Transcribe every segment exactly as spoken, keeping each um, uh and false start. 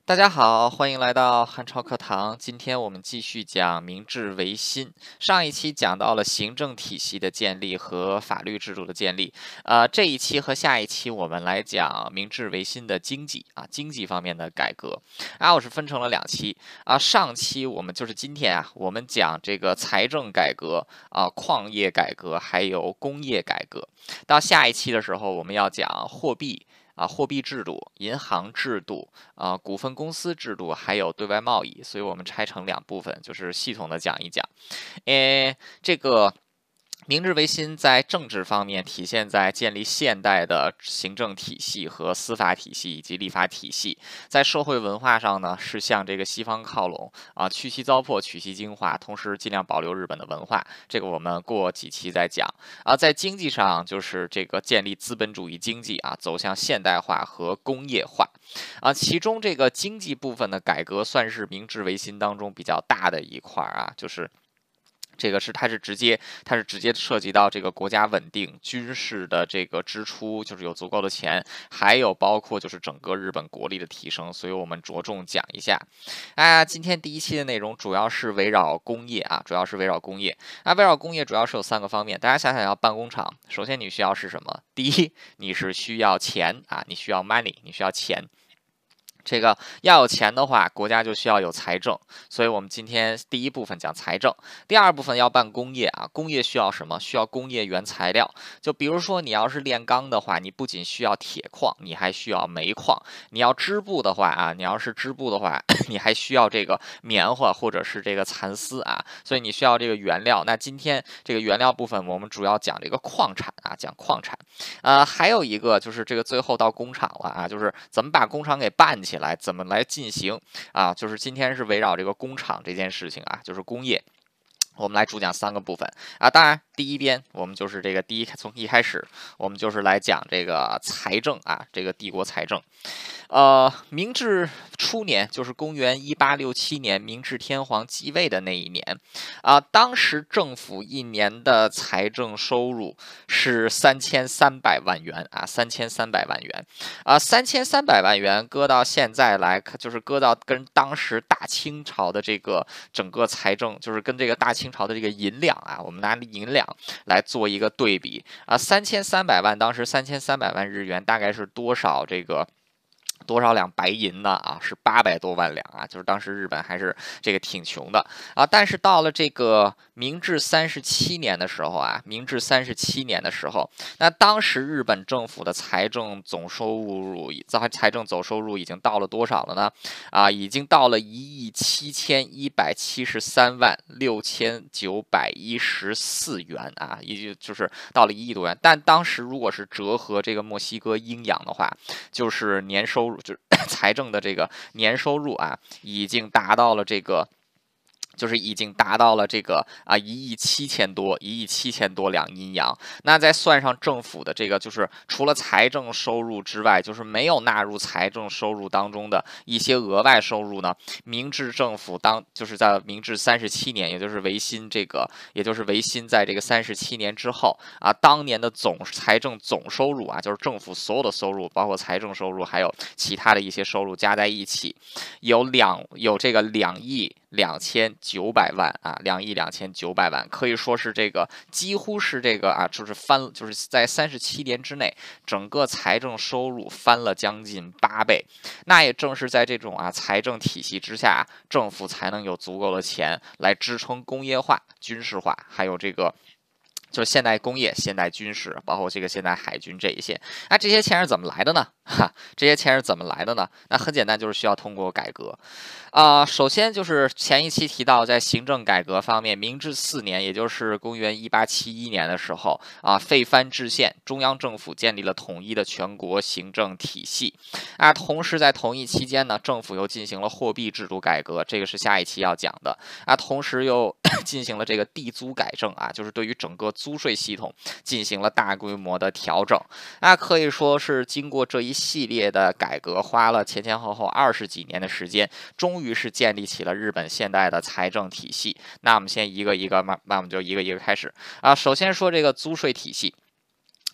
大家好，欢迎来到汉朝课堂。今天我们继续讲明治维新。上一期讲到了行政体系的建立和法律制度的建立，呃，这一期和下一期我们来讲明治维新的经济啊，经济方面的改革。啊，我是分成了两期啊。上期我们就是今天啊，我们讲这个财政改革啊、矿业改革还有工业改革。到下一期的时候，我们要讲货币。啊，货币制度、银行制度、啊、股份公司制度，还有对外贸易，所以我们拆成两部分，就是系统的讲一讲。诶，这个明治维新在政治方面体现在建立现代的行政体系和司法体系以及立法体系，在社会文化上呢是向这个西方靠拢啊，去其糟粕，取其精华，同时尽量保留日本的文化。这个我们过几期再讲啊。在经济上就是这个建立资本主义经济啊，走向现代化和工业化啊。其中这个经济部分的改革算是明治维新当中比较大的一块啊，就是。这个是它是直接它是直接涉及到这个国家稳定、军事的这个支出，就是有足够的钱，还有包括就是整个日本国力的提升，所以我们着重讲一下。啊，今天第一期的内容主要是围绕工业啊，主要是围绕工业。那围绕工业主要是有三个方面，大家想想要办工厂，首先你需要是什么？第一，你是需要钱啊，你需要 money，你需要钱。这个要有钱的话，国家就需要有财政，所以我们今天第一部分讲财政，第二部分要办工业啊，工业需要什么？需要工业原材料，就比如说你要是炼钢的话，你不仅需要铁矿，你还需要煤矿；你要织布的话啊，你要是织布的话，你还需要这个棉花或者是这个蚕丝啊，所以你需要这个原料。那今天这个原料部分，我们主要讲这个矿产啊，讲矿产，呃，还有一个就是这个最后到工厂了啊，就是怎么把工厂给办起来，怎么来进行啊？就是今天是围绕这个工厂这件事情啊，就是工业。我们来主讲三个部分啊，当然第一边我们就是这个第一从一开始，我们就是来讲这个财政啊，这个帝国财政。呃，明治初年，就是公元一八六七年，明治天皇继位的那一年，啊、当时政府一年的财政收入是三千三百万元啊，三千三百万元，啊，三千三百万元搁到现在来看，就是搁到跟当时大清朝的这个整个财政，就是跟这个大清朝的这个银两啊，我们拿银两来做一个对比啊，三千三百万，当时三千三百万日元大概是多少这个？多少两白银呢？啊，是八百多万两啊！就是当时日本还是这个挺穷的啊。但是到了这个明治三十七年的时候啊，明治三十七年的时候，那当时日本政府的财政总收入，财财政总收入已经到了多少了呢？啊，已经到了一亿七千一百七十三万六千九百一十四元啊，也就就是到了一亿多元。但当时如果是折合这个墨西哥英镑的话，就是年收入，就是财政的这个年收入啊，已经达到了这个。就是已经达到了这个啊一亿七千多，一亿七千多两阴阳。那再算上政府的这个，就是除了财政收入之外，就是没有纳入财政收入当中的一些额外收入呢。明治政府当就是在明治三十七年，也就是维新这个，也就是维新在这个三十七年之后啊，当年的总财政总收入啊，就是政府所有的收入，包括财政收入，还有其他的一些收入加在一起，有两有这个两亿。两千九百万啊，两亿两千九百万，可以说是这个几乎是这个啊，就是翻，就是在三十七年之内，整个财政收入翻了将近八倍。那也正是在这种啊财政体系之下，政府才能有足够的钱来支撑工业化、军事化，还有这个。就是现代工业、现代军事，包括这个现代海军这一些，那这些钱是怎么来的呢？哈，这些钱是怎么来的呢？那很简单，就是需要通过改革。啊、呃，首先就是前一期提到，在行政改革方面，明治四年，也就是公元一八七一年的时候，啊，废藩置县，中央政府建立了统一的全国行政体系。啊，同时在同一期间呢，政府又进行了货币制度改革，这个是下一期要讲的。啊，同时又进行了这个地租改正啊，就是对于整个租税系统进行了大规模的调整。啊，可以说是经过这一系列的改革，花了前前后后二十几年的时间，终于是建立起了日本现代的财政体系。那我们先一个一个慢，慢我们就一个一个开始啊。首先说这个租税体系。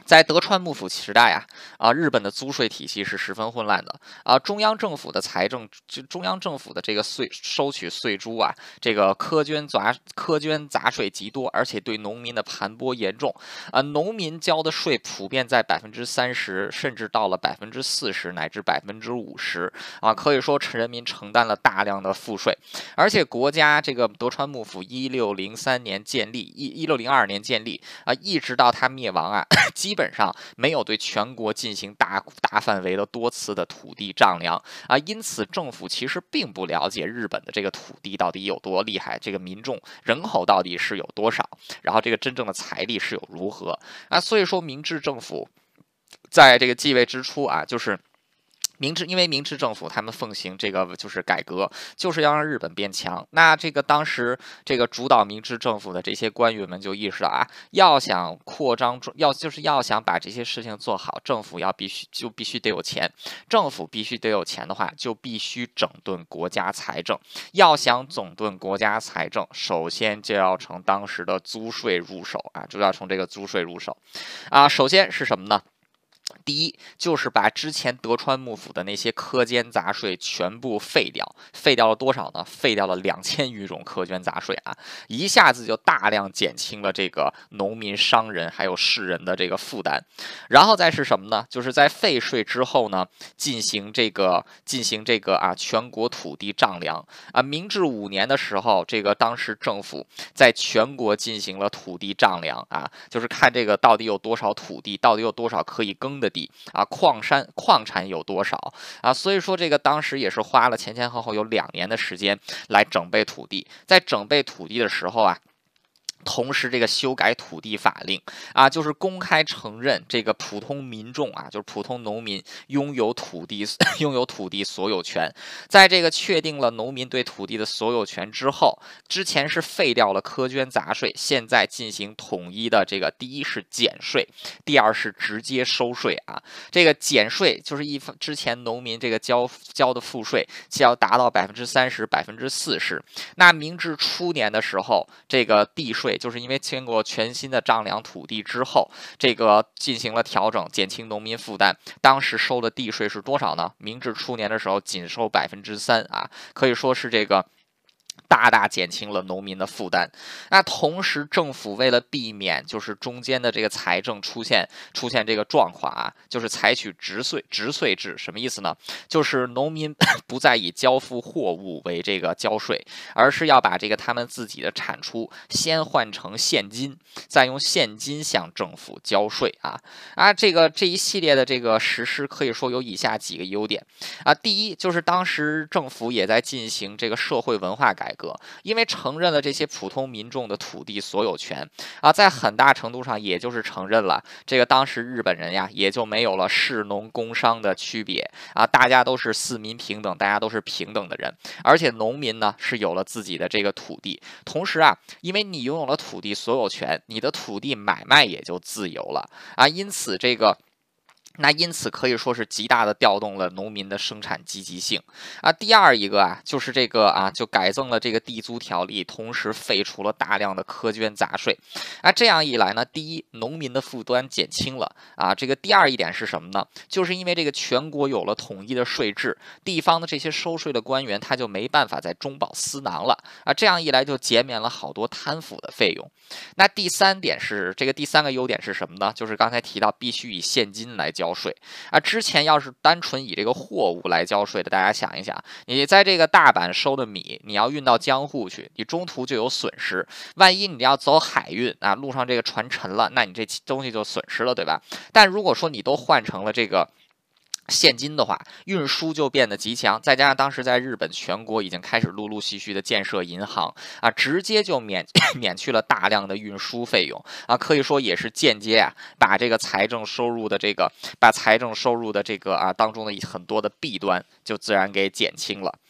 在德川幕府时代啊，啊，日本的租税体系是十分混乱的啊，中央政府的财政，就中央政府的这个税收取税租啊，这个苛捐杂苛捐杂税极多，而且对农民的盘剥严重啊，农民交的税普遍在百分之三十，甚至到了百分之四十乃至百分之五十啊，可以说人民承担了大量的赋税，而且国家这个德川幕府一六零三年建立，一一六零二年建立啊，一直到它灭亡啊，基本上没有对全国进行大大范围的多次的土地丈量啊，因此政府其实并不了解日本的这个土地到底有多厉害，这个民众人口到底是有多少，然后这个真正的财力是有如何啊，所以说明治政府在这个继位之初啊，就是。明治因为明治政府他们奉行这个就是改革，就是要让日本变强。那这个当时这个主导明治政府的这些官员们就意识到啊，要想扩张，要就是要想把这些事情做好，政府要必须就必须得有钱，政府必须得有钱的话，就必须整顿国家财政。要想整顿国家财政，首先就要从当时的租税入手啊，就要从这个租税入手啊。首先是什么呢？第一，就是把之前德川幕府的那些苛捐杂税全部废掉，废掉了多少呢？废掉了两千余种苛捐杂税啊，一下子就大量减轻了这个农民、商人还有士人的这个负担。然后再是什么呢？就是在废税之后呢，进行这个进行这个啊全国土地丈量啊。明治五年的时候，这个当时政府在全国进行了土地丈量啊，就是看这个到底有多少土地，到底有多少可以耕的地啊，矿山矿产有多少啊？所以说这个当时也是花了前前后后有两年的时间来整备土地，在整备土地的时候啊。同时，这个修改土地法令啊，就是公开承认这个普通民众啊，就是普通农民拥有土地拥有土地所有权。在这个确定了农民对土地的所有权之后，之前是废掉了苛捐杂税，现在进行统一的这个，第一是减税，第二是直接收税啊。这个减税就是一之前农民这个交交的赋税，就要达到百分之三十、百分之四十。那明治初年的时候，这个地税。就是因为经过全新的丈量土地之后，这个进行了调整，减轻农民负担。当时收的地税是多少呢？明治初年的时候仅收百分之三啊，可以说是这个。大大减轻了农民的负担。那同时，政府为了避免就是中间的这个财政出现出现这个状况啊，就是采取直税直税制。什么意思呢？就是农民不再以交付货物为这个交税，而是要把这个他们自己的产出先换成现金，再用现金向政府交税啊啊！这个这一系列的这个实施可以说有以下几个优点啊。第一，就是当时政府也在进行这个社会文化改革。因为承认了这些普通民众的土地所有权啊，在很大程度上也就是承认了这个当时日本人呀，也就没有了士农工商的区别啊，大家都是四民平等，大家都是平等的人，而且农民呢是有了自己的这个土地，同时啊，因为你拥有了土地所有权，你的土地买卖也就自由了啊，因此这个。那因此可以说是极大的调动了农民的生产积极性啊。第二一个啊，就是这个啊，就改正了这个地租条例，同时废除了大量的苛捐杂税啊。这样一来呢，第一，农民的负担减轻了啊。这个第二一点是什么呢？就是因为这个全国有了统一的税制，地方的这些收税的官员他就没办法再中饱私囊了啊。这样一来就减免了好多贪腐的费用。那第三点是这个第三个优点是什么呢？就是刚才提到必须以现金来交税啊。之前要是单纯以这个货物来交税的，大家想一想，你在这个大阪收的米，你要运到江户去，你中途就有损失。万一你要走海运啊，路上这个船沉了，那你这东西就损失了，对吧？但如果说你都换成了这个。现金的话，运输就变得极强，再加上当时在日本全国已经开始陆陆续续的建设银行啊，直接就免免去了大量的运输费用啊，可以说也是间接啊，把这个财政收入的这个把财政收入的这个啊当中的很多的弊端就自然给减轻了。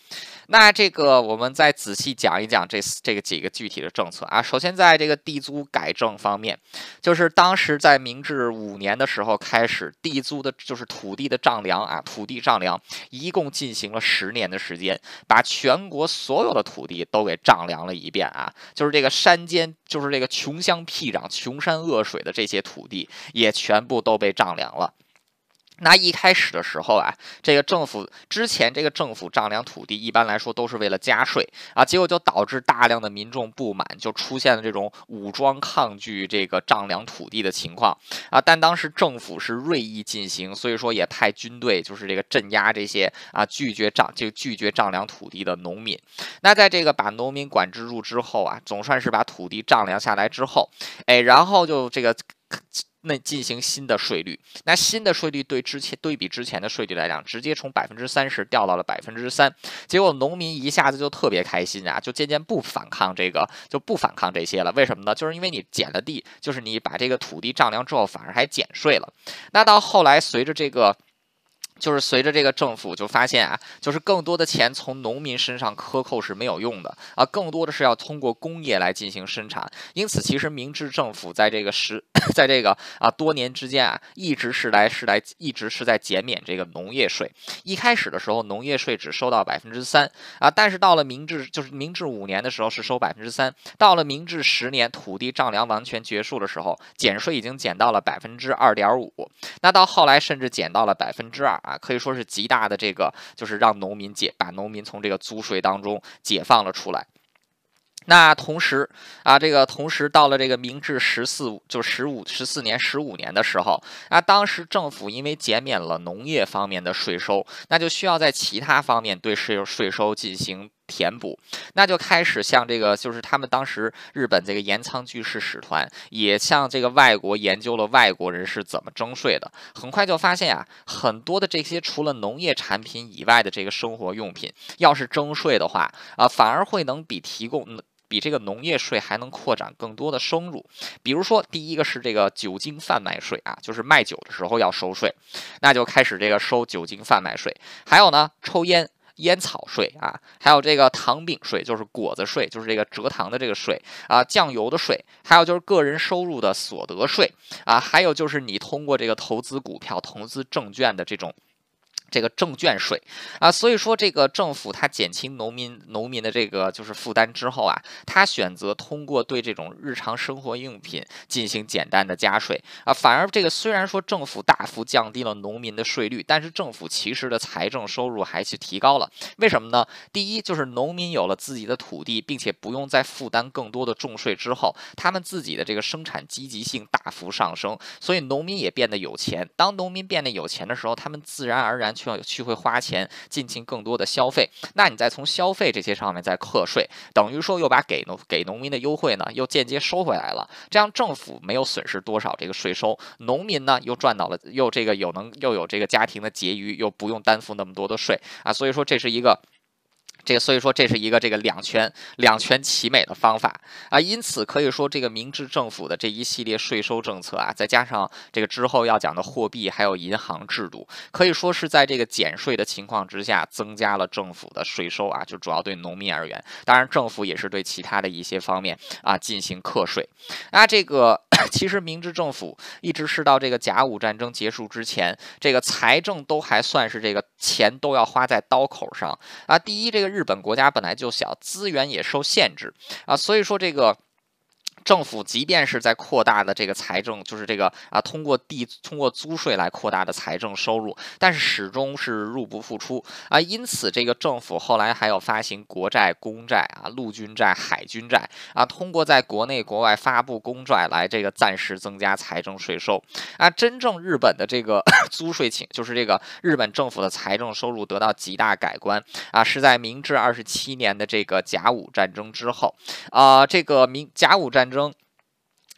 那这个我们再仔细讲一讲这这个几个具体的政策啊。首先，在这个地租改正方面，就是当时在明治五年的时候开始，地租的就是土地的丈量啊，土地丈量一共进行了十年的时间，把全国所有的土地都给丈量了一遍啊，就是这个山间，就是这个穷乡僻壤、穷山恶水的这些土地，也全部都被丈量了。那一开始的时候啊，这个政府之前这个政府丈量土地，一般来说都是为了加税啊，结果就导致大量的民众不满，就出现了这种武装抗拒这个丈量土地的情况啊。但当时政府是锐意进行，所以说也派军队就是这个镇压这些啊拒绝丈就拒绝丈量土地的农民。那在这个把农民管制住之后啊，总算是把土地丈量下来之后，哎，然后就这个。那进行新的税率，那新的税率对之前对比之前的税率来讲，直接从百分之三十掉到了百分之三，结果农民一下子就特别开心啊，就渐渐不反抗这个，就不反抗这些了。为什么呢？就是因为你减了地，就是你把这个土地丈量之后，反而还减税了。那到后来，随着这个。就是随着这个政府就发现啊，就是更多的钱从农民身上克扣是没有用的啊，更多的是要通过工业来进行生产。因此，其实明治政府在这个时，在这个啊多年之间啊，一直是来是来一直是在减免这个农业税。一开始的时候，农业税只收到百分之三啊，但是到了明治就是明治五年的时候是收百分之三，到了明治十年土地丈量完全结束的时候，减税已经减到了百分之二点五，那到后来甚至减到了百分之二。啊，可以说是极大的这个，就是让农民解，把农民从这个租税当中解放了出来。那同时啊，这个同时到了这个明治十四就十五十四年十五年的时候啊，当时政府因为减免了农业方面的税收，那就需要在其他方面对税税收进行填补，那就开始向这个就是他们当时日本这个岩仓具视使团也向这个外国研究了外国人是怎么征税的，很快就发现啊，很多的这些除了农业产品以外的这个生活用品，要是征税的话啊，反而会能比提供。比这个农业税还能扩展更多的收入，比如说第一个是这个酒精贩卖税啊，就是卖酒的时候要收税，那就开始这个收酒精贩卖税。还有呢，抽烟烟草税啊，还有这个糖饼税，就是果子税，就是这个蔗糖的这个税啊，酱油的税，还有就是个人收入的所得税啊，还有就是你通过这个投资股票、投资证券的这种。这个证券税啊，所以说这个政府它减轻农民农民的这个就是负担之后啊，它选择通过对这种日常生活用品进行简单的加税啊，反而这个虽然说政府大幅降低了农民的税率，但是政府其实的财政收入还是提高了。为什么呢？第一就是农民有了自己的土地，并且不用再负担更多的重税之后，他们自己的这个生产积极性大幅上升，所以农民也变得有钱。当农民变得有钱的时候，他们自然而然去去会花钱进行更多的消费，那你再从消费这些上面再课税，等于说又把给农给农民的优惠呢又间接收回来了，这样政府没有损失多少这个税收，农民呢又赚到了，又这个有能又有这个家庭的结余，又不用担负那么多的税啊，所以说这是一个。这个所以说这是一个这个两全两全其美的方法啊，因此可以说这个明治政府的这一系列税收政策啊，再加上这个之后要讲的货币还有银行制度，可以说是在这个减税的情况之下，增加了政府的税收啊，就主要对农民而言，当然政府也是对其他的一些方面啊进行课税。那这个其实明治政府一直是到这个甲午战争结束之前，这个财政都还算是这个钱都要花在刀口上啊。第一，这个日本国家本来就小，资源也受限制啊，所以说这个。政府即便是在扩大的这个财政，就是这个啊，通过地通过租税来扩大的财政收入，但是始终是入不敷出啊。因此，这个政府后来还有发行国债、公债啊、陆军债、海军债啊，通过在国内国外发布公债来这个暂时增加财政税收啊。真正日本的这个租税情，就是这个日本政府的财政收入得到极大改观啊，是在明治二十七年的这个甲午战争之后啊，这个明甲午战争。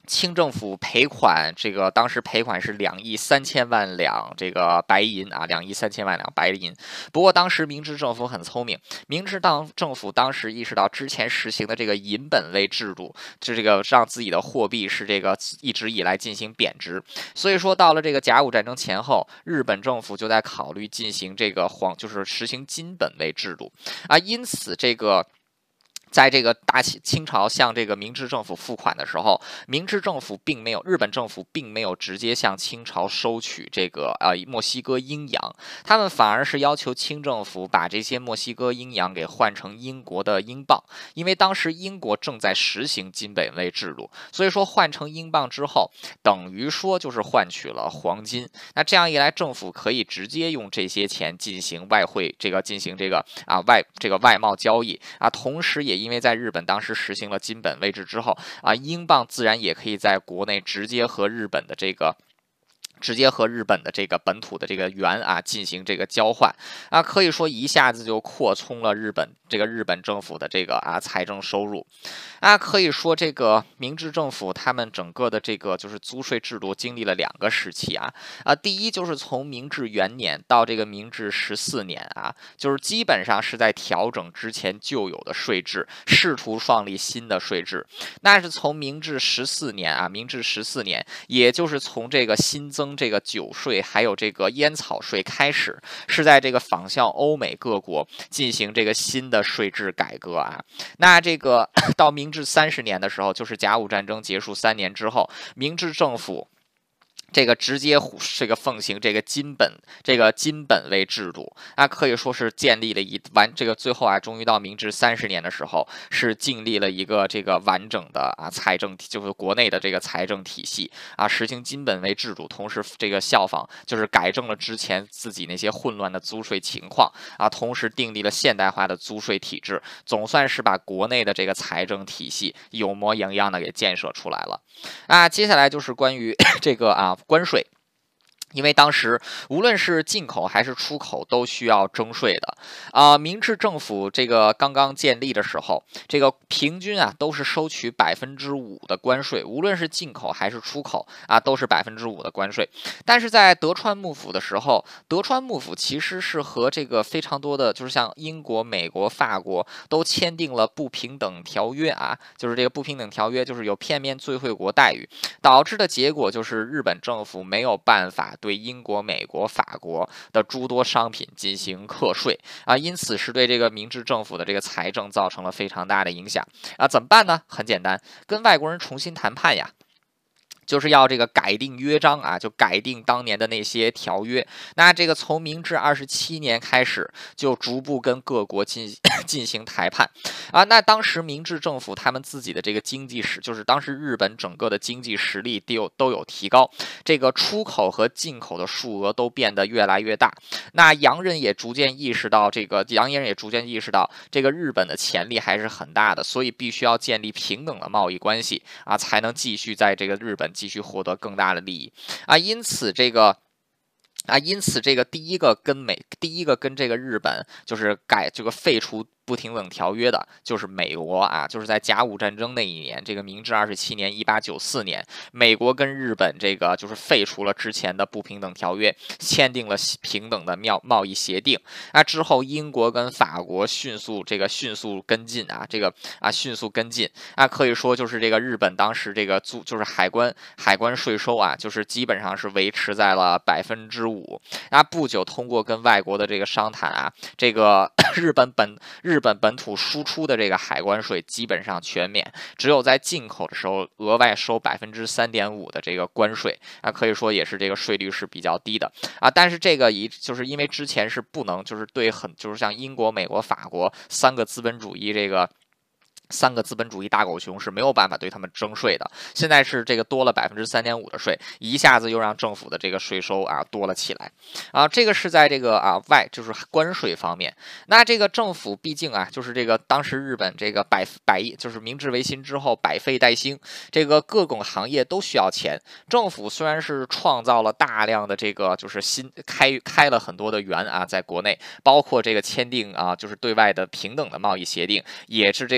清政府赔款，这个当时赔款是两亿三千万两这个白银啊，两亿三千万两白银。不过当时明治政府很聪明，明治当政府当时意识到之前实行的这个银本位制度，就这个让自己的货币是这个一直以来进行贬值，所以说到了这个甲午战争前后，日本政府就在考虑进行这个黄，就是实行金本位制度啊，因此这个。在这个大清朝向这个明治政府付款的时候，明治政府并没有，日本政府并没有直接向清朝收取这个呃墨西哥英洋，他们反而是要求清政府把这些墨西哥英洋给换成英国的英镑，因为当时英国正在实行金本位制度，所以说换成英镑之后，等于说就是换取了黄金。那这样一来，政府可以直接用这些钱进行外汇，这个进行这个啊外这个外贸交易啊，同时也因为在日本当时实行了金本位制之后啊，英镑自然也可以在国内直接和日本的这个。直接和日本的这个本土的这个元啊进行这个交换啊，可以说一下子就扩充了日本这个日本政府的这个啊财政收入啊，可以说这个明治政府他们整个的这个就是租税制度经历了两个时期啊啊，第一就是从明治元年到这个明治十四年啊，就是基本上是在调整之前旧有的税制，试图创立新的税制。那是从明治十四年啊，明治十四年，也就是从这个新增。这个酒税还有这个烟草税开始，是在这个仿效欧美各国进行这个新的税制改革啊。那这个到明治三十年的时候，就是甲午战争结束三年之后，明治政府。这个直接这个奉行这个金本这个金本位制度啊，可以说是建立了一完这个最后啊，终于到明治三十年的时候，是建立了一个这个完整的啊财政体，就是国内的这个财政体系啊，实行金本位制度，同时这个效仿就是改正了之前自己那些混乱的租税情况啊，同时订立了现代化的租税体制，总算是把国内的这个财政体系有模有样的给建设出来了啊。接下来就是关于这个啊。关税，因为当时无论是进口还是出口都需要征税的啊、呃。明治政府这个刚刚建立的时候，这个平均啊都是收取百分之五的关税，无论是进口还是出口啊，都是百分之五的关税。但是在德川幕府的时候，德川幕府其实是和这个非常多的，就是像英国、美国、法国都签订了不平等条约啊，就是这个不平等条约，就是有片面最惠国待遇，导致的结果就是日本政府没有办法对英国、美国、法国的诸多商品进行课税啊，因此是对这个明治政府的这个财政造成了非常大的影响啊。怎么办呢？很简单，跟外国人重新谈判呀。就是要这个改定约章啊，就改定当年的那些条约。那这个从明治二十七年开始，就逐步跟各国进进行谈判啊。那当时明治政府他们自己的这个经济实，就是当时日本整个的经济实力都有都有提高，这个出口和进口的数额都变得越来越大。那洋人也逐渐意识到，这个洋人也逐渐意识到，这个日本的潜力还是很大的，所以必须要建立平等的贸易关系啊，才能继续在这个日本。继续获得更大的利益啊，因此这个啊，因此这个第一个跟美，第一个跟这个日本就是改这个废除不平等条约的，就是美国啊，就是在甲午战争那一年，这个明治二十七年，一八九四年，美国跟日本这个就是废除了之前的不平等条约，签订了平等的贸贸易协定。那之后，英国跟法国迅速这个迅速跟进啊，这个啊迅速跟进啊，可以说就是这个日本当时这个租就是海关海关税收啊，就是基本上是维持在了百分之五。那不久通过跟外国的这个商谈啊，这个日本本日本本土输出的这个海关税基本上全免，只有在进口的时候额外收百分之三点五的这个关税啊，可以说也是这个税率是比较低的啊。但是这个一就是因为之前是不能就是对很就是像英国、美国、法国三个资本主义这个。三个资本主义大狗熊是没有办法对他们征税的，现在是这个多了百分之三点五的税，一下子又让政府的这个税收啊多了起来啊。这个是在这个啊外就是关税方面。那这个政府毕竟啊就是这个当时日本这个百百亿就是明治维新之后百废待兴，这个各种行业都需要钱。政府虽然是创造了大量的这个就是新开开了很多的源啊，在国内包括这个签订啊就是对外的平等的贸易协定，也是这个打。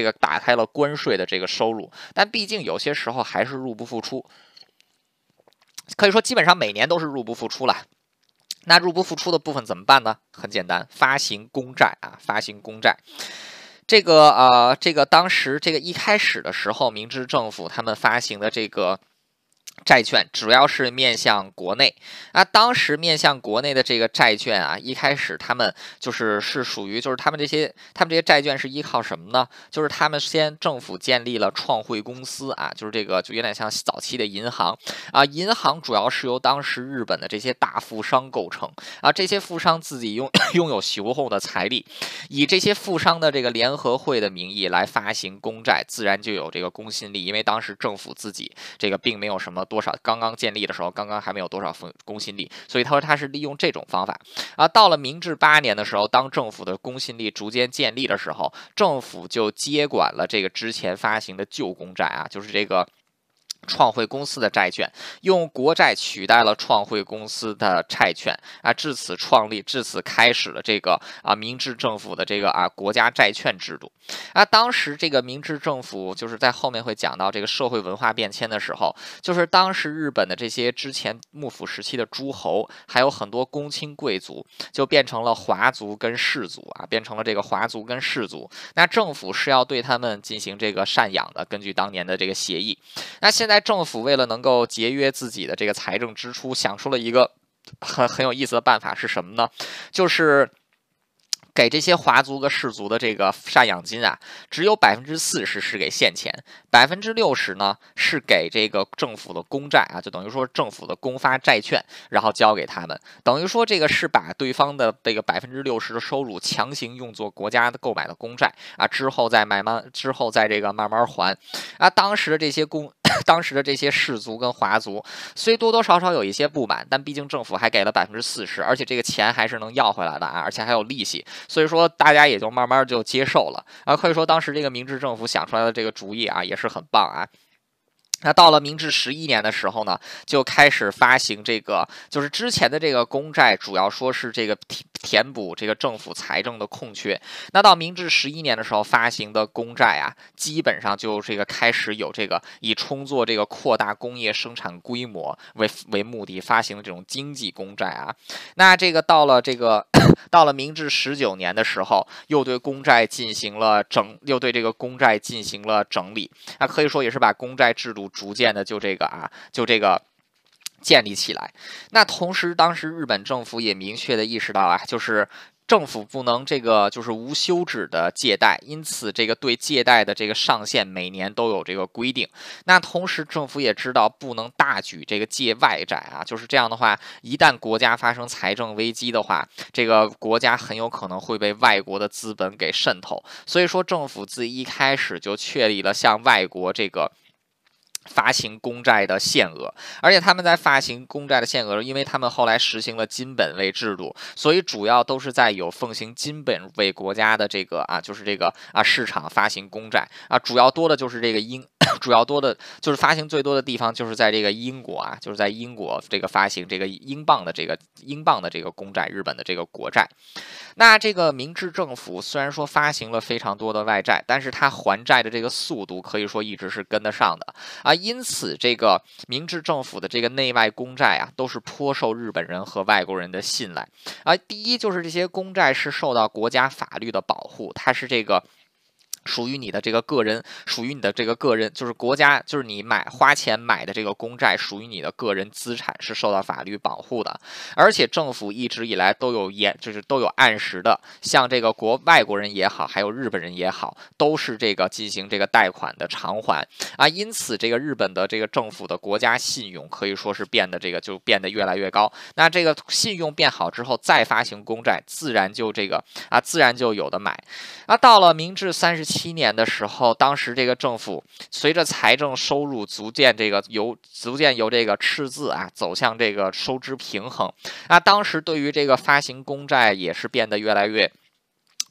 开了关税的这个收入，但毕竟有些时候还是入不敷出，可以说基本上每年都是入不敷出了。那入不敷出的部分怎么办呢？很简单，发行公债啊，发行公债。这个呃，这个当时这个一开始的时候，明治政府他们发行的这个债券主要是面向国内。那当时面向国内的这个债券啊，一开始他们就是是属于就是他们这些他们这些债券是依靠什么呢？就是他们先政府建立了创汇公司啊，就是这个就有点像早期的银行啊。银行主要是由当时日本的这些大富商构成啊，这些富商自己拥拥有雄厚的财力，以这些富商的这个联合会的名义来发行公债，自然就有这个公信力。因为当时政府自己这个并没有什么多少，刚刚建立的时候，刚刚还没有多少公信力，所以他说他是利用这种方法啊。到了明治八年的时候，当政府的公信力逐渐建立的时候，政府就接管了这个之前发行的旧公债啊，就是这个创汇公司的债券，用国债取代了创汇公司的债券啊，至此创立，至此开始了这个啊明治政府的这个啊国家债券制度啊。当时这个明治政府就是在后面会讲到这个社会文化变迁的时候，就是当时日本的这些之前幕府时期的诸侯，还有很多公卿贵族，就变成了华族跟士族啊，变成了这个华族跟士族。那政府是要对他们进行这个赡养的，根据当年的这个协议。那现在政府为了能够节约自己的这个财政支出，想出了一个很很有意思的办法是什么呢？就是给这些华族和士族的这个赡养金啊，只有百分之四十是给现钱，百分之六十呢是给这个政府的公债啊，就等于说政府的公发债券，然后交给他们，等于说这个是把对方的这个百分之六十的收入强行用作国家的购买的公债啊，之后再慢慢之后再这个慢慢还啊。当时的这些公。当时的这些士族跟华族虽多多少少有一些不满，但毕竟政府还给了百分之四十，而且这个钱还是能要回来的啊，而且还有利息，所以说大家也就慢慢就接受了啊。可以说当时这个明治政府想出来的这个主意啊，也是很棒啊。那到了明治十一年的时候呢，就开始发行这个，就是之前的这个公债，主要说是这个填补这个政府财政的空缺。那到明治十一年的时候发行的公债啊，基本上就这个开始有这个以充作这个扩大工业生产规模为为目的发行的这种经济公债啊。那这个到了这个到了明治十九年的时候，又对公债进行了整，又对这个公债进行了整理。那可以说也是把公债制度逐渐的就这个啊，就这个建立起来。那同时，当时日本政府也明确的意识到啊，就是政府不能这个就是无休止的借贷，因此这个对借贷的这个上限每年都有这个规定。那同时政府也知道不能大举这个借外债啊，就是这样的话，一旦国家发生财政危机的话，这个国家很有可能会被外国的资本给渗透。所以说政府自一开始就确立了向外国这个发行公债的限额，而且他们在发行公债的限额，因为他们后来实行了金本位制度，所以主要都是在有奉行金本位国家的这个啊，就是这个啊市场发行公债啊，主要多的就是这个英。主要多的就是发行最多的地方，就是在这个英国啊，就是在英国这个发行这个英镑的这个英镑的这个公债，日本的这个国债。那这个明治政府虽然说发行了非常多的外债，但是它还债的这个速度可以说一直是跟得上的啊，因此这个明治政府的这个内外公债啊，都是颇受日本人和外国人的信赖啊。第一就是这些公债是受到国家法律的保护，它是这个。属于你的这个个人，属于你的这个个人，就是国家，就是你买花钱买的这个公债，属于你的个人资产，是受到法律保护的。而且政府一直以来都有严，就是都有按时的，像这个国外国人也好，还有日本人也好，都是这个进行这个贷款的偿还啊。因此，这个日本的这个政府的国家信用可以说是变得这个就变得越来越高。那这个信用变好之后，再发行公债，自然就这个啊，自然就有的买。啊，到了明治三十七年的时候，当时这个政府随着财政收入逐渐这个由逐渐由这个赤字啊走向这个收支平衡，那当时对于这个发行公债也是变得越来越。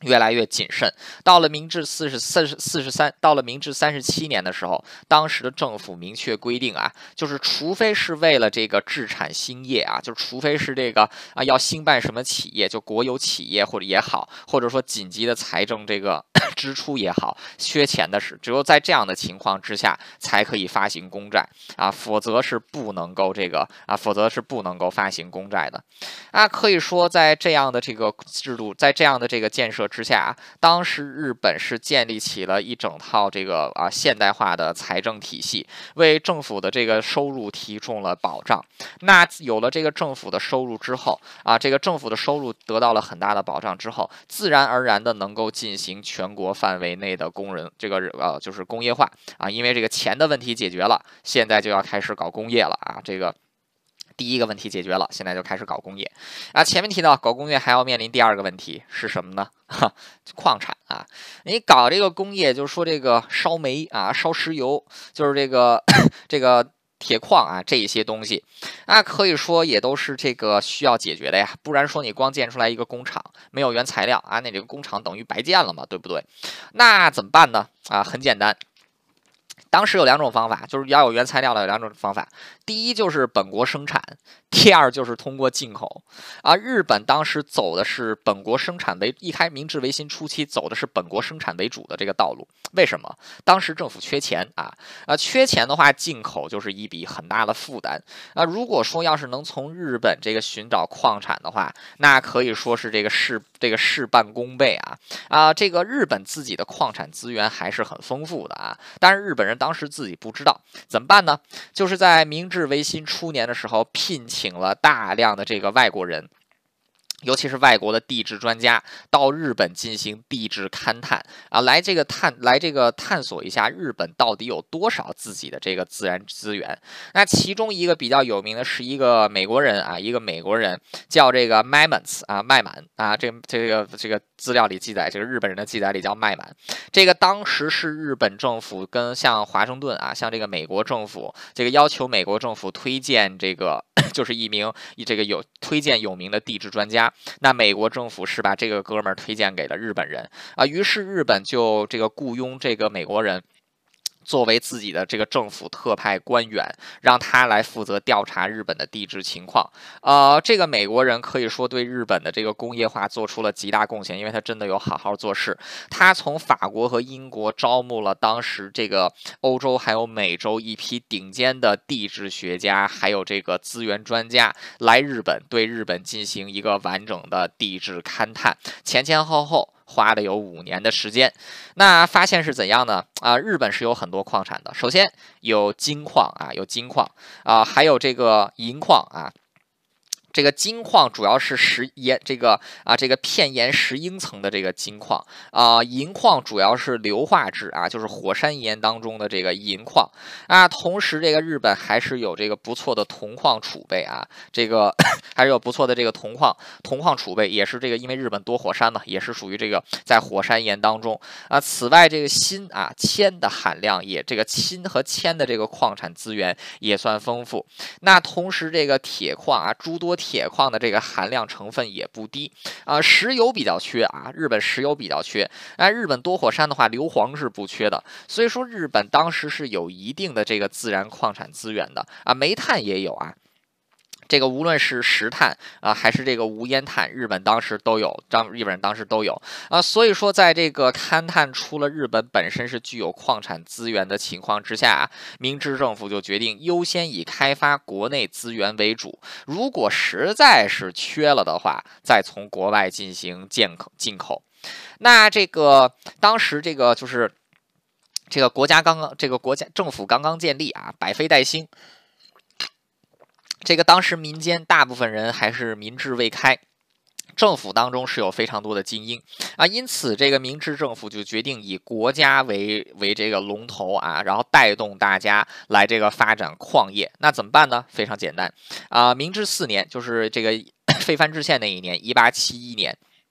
越来越谨慎，到了明治四十四十四十三，到了明治三十七年的时候，当时的政府明确规定啊，就是除非是为了这个制产兴业啊，就除非是这个啊要兴办什么企业，就国有企业或者也好，或者说紧急的财政这个支出也好，缺钱的是，只有在这样的情况之下才可以发行公债啊，否则是不能够这个啊，否则是不能够发行公债的啊。可以说，在这样的这个制度，在这样的这个建设之下，当时日本是建立起了一整套这个啊现代化的财政体系，为政府的这个收入提供了保障。那有了这个政府的收入之后啊，这个政府的收入得到了很大的保障之后，自然而然的能够进行全国范围内的工人这个呃就是工业化啊，因为这个钱的问题解决了，现在就要开始搞工业了啊，这个。第一个问题解决了，现在就开始搞工业啊。前面提到搞工业还要面临第二个问题是什么呢？哈，矿产啊。你搞这个工业，就是说这个烧煤啊、烧石油，就是这个这个铁矿啊这一些东西啊，可以说也都是这个需要解决的呀。不然说你光建出来一个工厂，没有原材料啊，那这个工厂等于白建了嘛，对不对？那怎么办呢？啊，很简单。当时有两种方法，就是要有原材料的有两种方法。第一就是本国生产，第二就是通过进口。啊，日本当时走的是本国生产为，一开明治维新初期走的是本国生产为主的这个道路。为什么？当时政府缺钱啊，啊，缺钱的话，进口就是一笔很大的负担。啊，如果说要是能从日本这个寻找矿产的话，那可以说是这个事这个事半功倍啊。啊，这个日本自己的矿产资源还是很丰富的啊，但是日本人当时自己不知道怎么办呢？就是在明治维新初年的时候，聘请了大量的这个外国人。尤其是外国的地质专家到日本进行地质勘探啊，来这个探来这个探索一下日本到底有多少自己的这个自然资源。那其中一个比较有名的是一个美国人啊，一个美国人叫这个麦满斯啊，麦满啊，这这个这个资料里记载，这个日本人的记载里叫麦满。这个当时是日本政府跟像华盛顿啊，像这个美国政府，这个要求美国政府推荐这个就是一名这个有推荐有名的地质专家。那美国政府是把这个哥们儿推荐给了日本人啊，于是日本就这个雇佣这个美国人。作为自己的这个政府特派官员，让他来负责调查日本的地质情况。呃，这个美国人可以说对日本的这个工业化做出了极大贡献，因为他真的有好好做事。他从法国和英国招募了当时这个欧洲还有美洲一批顶尖的地质学家，还有这个资源专家来日本，对日本进行一个完整的地质勘探，前前后后。花了有五年的时间，那发现是怎样呢？啊，日本是有很多矿产的。首先有金矿啊，有金矿啊，还有这个银矿啊。这个金矿主要是石岩，这个啊，这个片岩石英层的这个金矿啊，银矿主要是硫化质啊，就是火山岩当中的这个银矿啊。同时，这个日本还是有这个不错的铜矿储备啊，这个还是有不错的这个铜矿铜矿储备，也是这个因为日本多火山嘛，也是属于这个在火山岩当中啊。此外，这个锌啊铅的含量也这个锌和铅的这个矿产资源也算丰富。那同时，这个铁矿啊，诸多铁矿的这个含量成分也不低啊，石油比较缺啊，日本石油比较缺，哎，日本多火山的话，硫磺是不缺的，所以说日本当时是有一定的这个自然矿产资源的啊，煤炭也有啊。这个无论是石炭啊，还是这个无烟炭，日本当时都有，当日本人当时都有啊，所以说在这个勘探出了日本本身是具有矿产资源的情况之下，明治政府就决定优先以开发国内资源为主，如果实在是缺了的话，再从国外进行进口进口。那这个当时这个就是这个国家刚刚这个国家政府刚刚建立啊，百废待兴。这个当时民间大部分人还是民智未开，政府当中是有非常多的精英啊，因此这个明治政府就决定以国家为为这个龙头啊，然后带动大家来这个发展矿业。那怎么办呢？非常简单啊，明治四年，就是这个废藩置县那一年，一八七一年。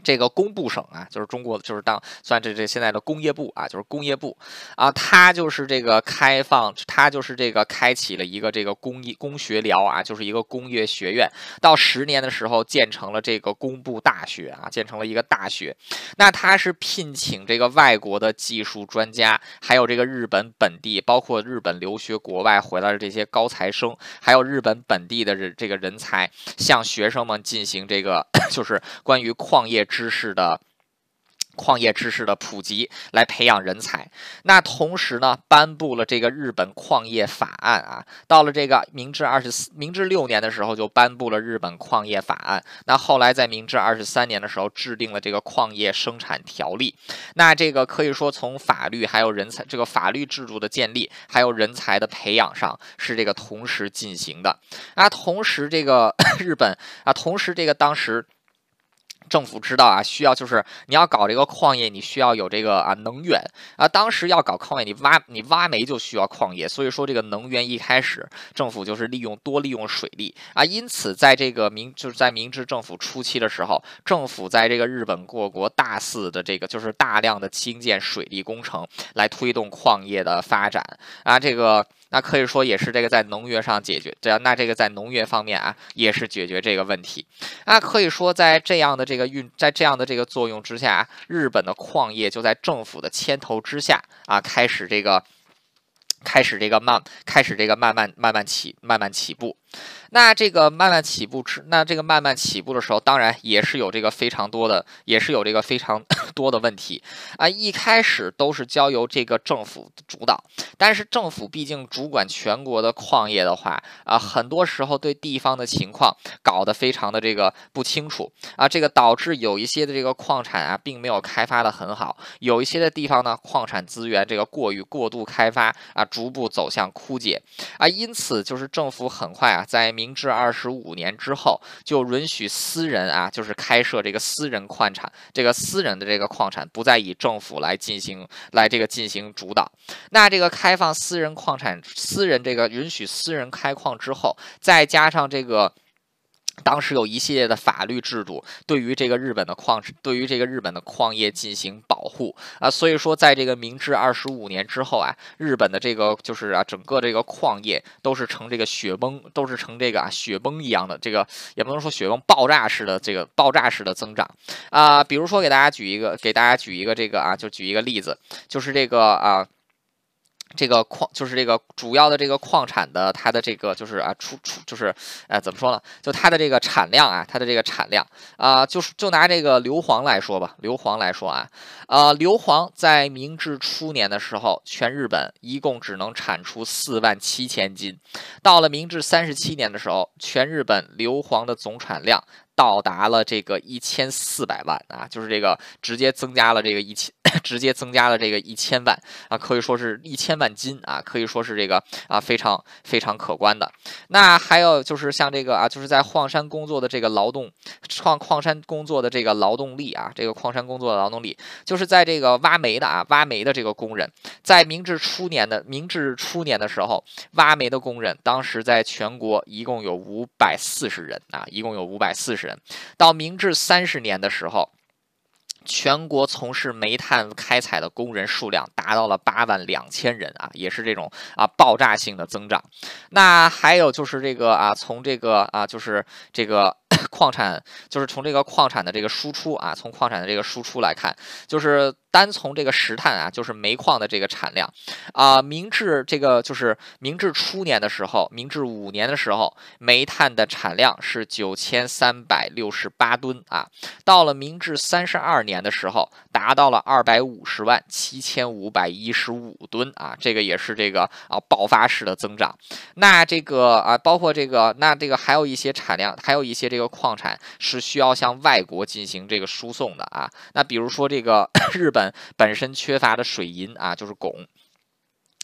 这个工部省啊，就是中国，就是当算这这现在的工业部啊，就是工业部啊，它就是这个开放，它就是这个开启了一个这个工艺工学寮啊，就是一个工业学院。到十年的时候建成了这个工部大学啊，建成了一个大学。那它是聘请这个外国的技术专家，还有这个日本本地，包括日本留学国外回来的这些高材生，还有日本本地的这这个人才，向学生们进行这个就是关于矿业知识的。矿业知识的普及，来培养人才。那同时呢，颁布了这个日本矿业法案啊。到了这个明治二十四、明治六年的时候，就颁布了日本矿业法案。那后来在明治二十三年的时候，制定了这个矿业生产条例。那这个可以说从法律还有人才这个法律制度的建立，还有人才的培养上，是这个同时进行的。啊，同时这个日本啊，同时这个当时。政府知道啊，需要就是你要搞这个矿业，你需要有这个啊能源啊。当时要搞矿业，你挖你挖煤就需要矿业，所以说这个能源一开始政府就是利用多利用水利啊。因此，在这个明就是在明治政府初期的时候，政府在这个日本各国大肆的这个就是大量的兴建水利工程，来推动矿业的发展啊。这个。那可以说也是这个在农业上解决，这样那这个在农业方面啊，也是解决这个问题。那可以说在这样的这个运，在这样的这个作用之下，日本的矿业就在政府的牵头之下啊，开始这个。开始这个慢，开始这个慢慢慢慢起，慢慢起步。那这个慢慢起步之，那这个慢慢起步的时候，当然也是有这个非常多的，也是有这个非常多的问题啊。一开始都是交由这个政府主导，但是政府毕竟主管全国的矿业的话啊，很多时候对地方的情况搞得非常的这个不清楚啊，这个导致有一些的这个矿产啊，并没有开发的很好，有一些的地方呢，矿产资源这个过于过度开发啊。逐步走向枯竭啊，因此就是政府很快啊，在明治二十五年之后，就允许私人啊，就是开设这个私人矿产，这个私人的这个矿产不再以政府来进行来这个进行主导。那这个开放私人矿产，私人这个允许私人开矿之后，再加上这个。当时有一系列的法律制度，对于这个日本的矿，对于这个日本的矿业进行保护啊，所以说在这个明治二十五年之后啊，日本的这个就是啊，整个这个矿业都是呈这个雪崩，都是呈这个啊雪崩一样的，这个也不能说雪崩，爆炸式的这个爆炸式的增长啊。比如说给大家举一个，给大家举一个这个啊，就举一个例子，就是这个啊。这个矿就是这个主要的这个矿产的它的这个就是啊出出就是呃怎么说呢？就它的这个产量啊，它的这个产量啊、呃，就是就拿这个硫磺来说吧，硫磺来说啊，呃，硫磺在明治初年的时候，全日本一共只能产出四万七千斤，到了明治三十七年的时候，全日本硫磺的总产量。到达了这个一千四百万啊，就是这个直接增加了这个一千，直接增加了这个一千万啊，可以说是一千万斤啊，可以说是这个啊非常非常可观的。那还有就是像这个啊，就是在矿山工作的这个劳动，矿矿山工作的这个劳动力啊，这个矿山工作的劳动力，就是在这个挖煤的啊，挖煤的这个工人，在明治初年的明治初年的时候，挖煤的工人当时在全国一共有五百四十人啊，一共有五百四十人。到明治三十年的时候，全国从事煤炭开采的工人数量达到了八万两千人啊，也是这种啊爆炸性的增长。那还有就是这个啊，从这个啊，就是这个矿产，就是从这个矿产的这个输出啊，从矿产的这个输出来看，就是单从这个石炭啊，就是煤矿的这个产量啊，明治这个就是明治初年的时候，明治五年的时候，煤炭的产量是九千三百六十八吨啊，到了明治三十二年的时候，达到了二百五十万七千五百一十五吨啊，这个也是这个啊爆发式的增长。那这个啊，包括这个，那这个还有一些产量，还有一些这个矿产是需要向外国进行这个输送的啊。那比如说这个日本本身缺乏的水银啊，就是汞。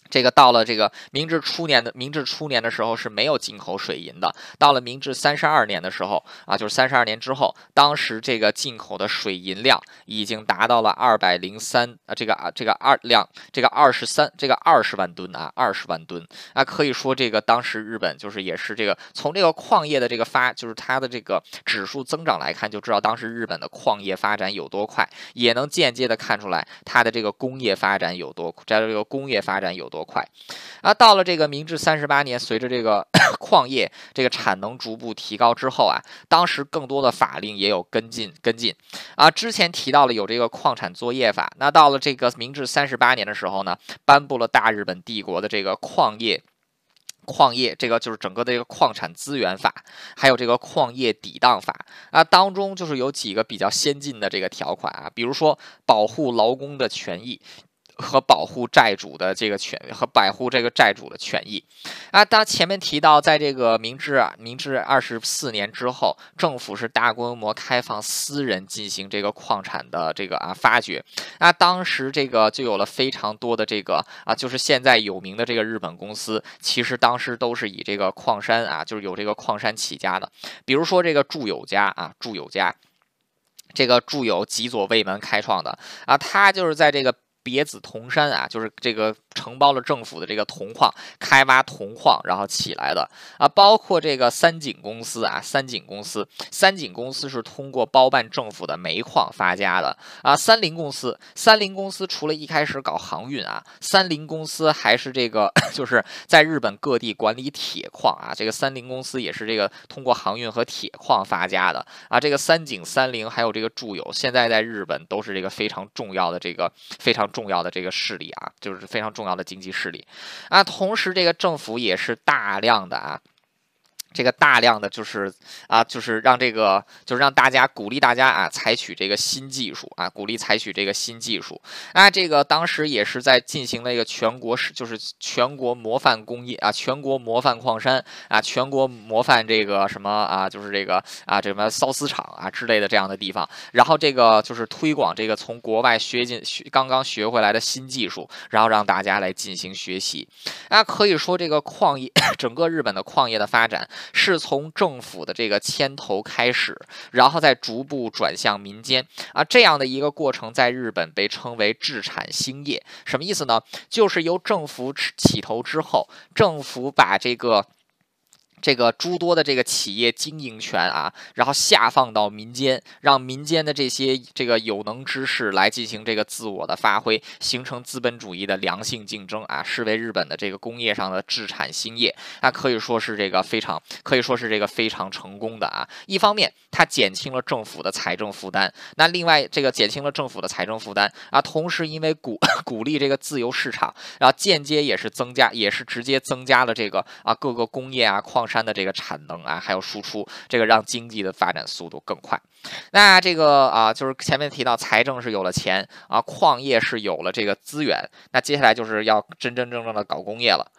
这个到了这个明治初年的明治初年的时候是没有进口水银的，到了明治三十二年的时候啊，就是三十二年之后，当时这个进口的水银量已经达到了二百零三啊，这个啊这个二量这个二十三这个二十万吨啊，二十万吨啊，可以说这个当时日本就是也是这个从这个矿业的这个发就是它的这个指数增长来看，就知道当时日本的矿业发展有多快，也能间接的看出来它的这个工业发展有多在这个工业发展有多。多快啊！到了这个明治三十八年，随着这个矿业这个产能逐步提高之后啊，当时更多的法令也有跟进跟进啊。之前提到了有这个矿产作业法，那到了这个明治三十八年的时候呢，颁布了大日本帝国的这个矿业。矿业这个就是整个的这个矿产资源法，还有这个矿业抵当法啊，当中就是有几个比较先进的这个条款啊，比如说保护劳工的权益。和保护债主的这个权和保护这个债主的权益啊，当前面提到，在这个明治明治二十四年之后，政府是大规模开放私人进行这个矿产的这个啊发掘啊，当时这个就有了非常多的这个啊，就是现在有名的这个日本公司，其实当时都是以这个矿山啊，就是有这个矿山起家的，比如说这个住友家啊，住友家。这个住友吉佐卫门开创的啊，他就是在这个别子铜山啊，就是这个承包了政府的这个铜矿，开挖铜矿，然后起来的啊，包括这个三井公司啊，三井公司，三井公司是通过包办政府的煤矿发家的啊，三菱公司，三菱公司除了一开始搞航运啊，三菱公司还是这个就是在日本各地管理铁矿啊，这个三菱公司也是这个通过航运和铁矿发家的啊，这个三井、三菱还有这个住友，现在在日本都是这个非常重要的这个非常重要的这个势力啊，就是非常重要的经济势力啊。同时，这个政府也是大量的啊。这个大量的就是啊，就是让这个就是让大家鼓励大家啊，采取这个新技术啊，鼓励采取这个新技术啊。这个当时也是在进行了一个全国是就是全国模范工业啊，全国模范矿山啊，全国模范这个什么啊，就是这个啊，这什么缫丝厂啊之类的这样的地方。然后这个就是推广这个从国外学进学刚刚学回来的新技术，然后让大家来进行学习。啊，可以说这个矿业整个日本的矿业的发展。是从政府的这个牵头开始，然后再逐步转向民间啊，这样的一个过程在日本被称为制产兴业。什么意思呢？就是由政府起头之后，政府把这个。这个诸多的这个企业经营权啊，然后下放到民间，让民间的这些这个有能之士来进行这个自我的发挥，形成资本主义的良性竞争啊，视为日本的这个工业上的制产兴业，那可以说是这个非常可以说是这个非常成功的啊。一方面，它减轻了政府的财政负担，那另外这个减轻了政府的财政负担啊，同时因为鼓鼓励这个自由市场，然后间接也是增加，也是直接增加了这个啊各个工业啊矿山的这个产能啊，还有输出，这个让经济的发展速度更快。那这个啊，就是前面提到财政是有了钱啊，矿业是有了这个资源，那接下来就是要真真正正的搞工业了，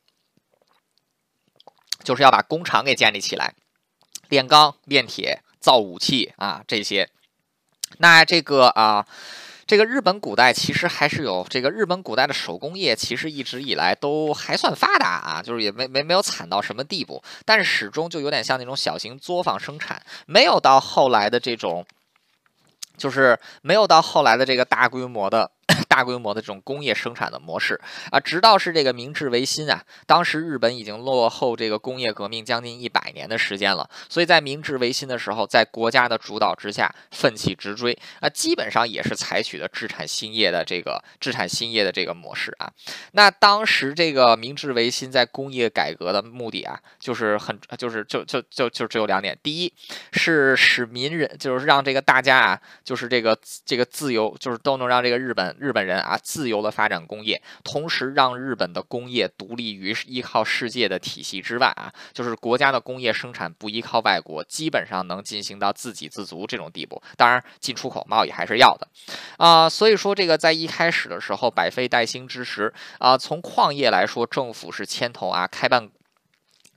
就是要把工厂给建立起来，炼钢、炼铁、造武器啊这些。那这个啊。这个日本古代其实还是有这个日本古代的手工业，其实一直以来都还算发达啊，就是也没没没有惨到什么地步，但是始终就有点像那种小型作坊生产，没有到后来的这种，就是没有到后来的这个大规模的。大规模的这种工业生产的模式啊，直到是这个明治维新啊，当时日本已经落后这个工业革命将近一百年的时间了，所以在明治维新的时候，在国家的主导之下，奋起直追啊，基本上也是采取的制产兴业的这个制产兴业的这个模式啊。那当时这个明治维新在工业改革的目的啊，就是很就是就就就就只有两点，第一是使民人就是让这个大家啊，就是这个这个自由，就是都能让这个日本。日本人啊，自由的发展工业，同时让日本的工业独立于依靠世界的体系之外啊，就是国家的工业生产不依靠外国，基本上能进行到自给自足这种地步。当然，进出口贸易还是要的啊、呃。所以说，这个在一开始的时候，百废待兴之时啊、呃，从矿业来说，政府是牵头啊，开办。